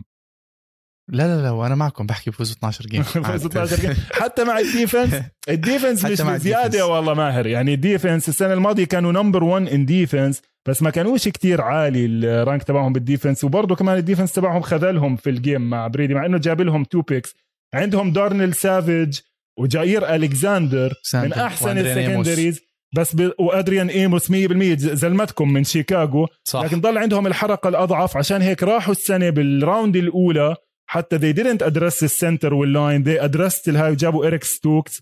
لا وانا معكم بحكي بفوز 12 جيم. بفوز 12 جيم حتى مع الديفنس مش بزياده والله ماهر. يعني الديفنس السنه الماضيه كانوا نمبر 1 ان ديفنس، بس ما كانوش كتير عالي الرانك تبعهم بالديفنس. وبرضه كمان الديفنس تبعهم خذلهم في الجيم مع بريدي، مع انه جاب لهم 2 بيكس. عندهم دارنيل سافيج وجاير الكساندر من احسن السكندريز، بس وادريان ايموس 100% زلمتكم من شيكاغو صح. لكن ضل عندهم الحركه الاضعف، عشان هيك راحوا السنه بالراوند الاولى حتى they didn't address السنتر واللاين، they addressed الهاي وجابوا إريك ستوكس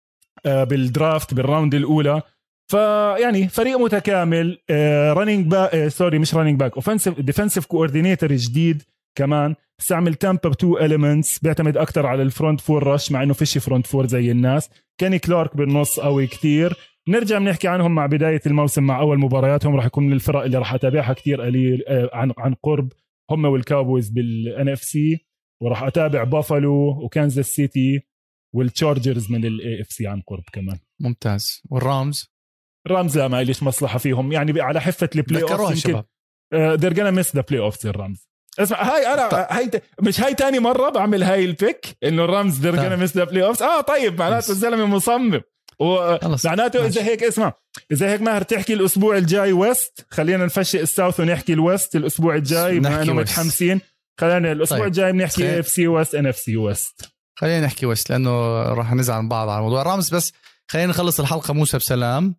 بالدرافت بالراوند الاولى. فيعني فريق متكامل. رانينج باك مش رانينج باك، اوفنسيف ديفنسيف كوردينيتور جديد كمان. استعمل تامبا ب2 elements، بيعتمد اكتر على الفرونت فور رش، مع انه فيش فرونت فور زي الناس. كاني كلارك بالنص قوي كتير. نرجع بنحكي عنهم مع بداية الموسم، مع أول مبارياتهم. راح يكون من الفرق اللي راح أتابعها كتير قليل عن قرب، هم والكاوبويز بالNFC، وراح أتابع بافالو وكانزاس سيتي والتشارجرز من الAFC عن قرب كمان. ممتاز. والرامز لا ما ليش مصلحة فيهم، يعني على حفة البلاي أوفز يمكن they're gonna miss the playoffs. الرامز اسمع، هاي أنا هاي مش هاي تاني مرة بعمل هاي البيك إنه الرامز they're gonna miss the playoffs. طيب معناته الزلمة مصمم. معناته إذا هيك اسمع، إذا هيك ماهر تحكي الأسبوع الجاي ويست، خلينا نفشي الساوث ونحكي الويست الأسبوع الجاي بما أنه متحمسين. خلينا الأسبوع الجاي بنحكي AFC ويست NFC ويست. خلينا نحكي ويست لأنه راح نزعل من بعض على موضوع الرامز. بس خلينا نخلص الحلقة موسى بسلام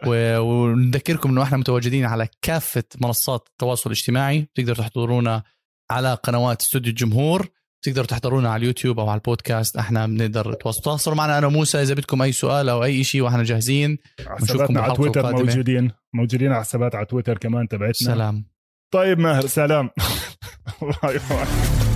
ونذكركم أنه إحنا متواجدين على كافة منصات التواصل الاجتماعي. تقدروا تحضرونا على قنوات استوديو الجمهور، تقدروا تحضرونا على اليوتيوب أو على البودكاست. احنا بنقدر تواصلوا معنا أنا وموسى إذا بدكم أي سؤال أو أي شيء، وإحنا جاهزين. نشوفكم على تويتر، موجودين على حسابات على تويتر كمان تبعتنا. سلام. طيب ماهر سلام.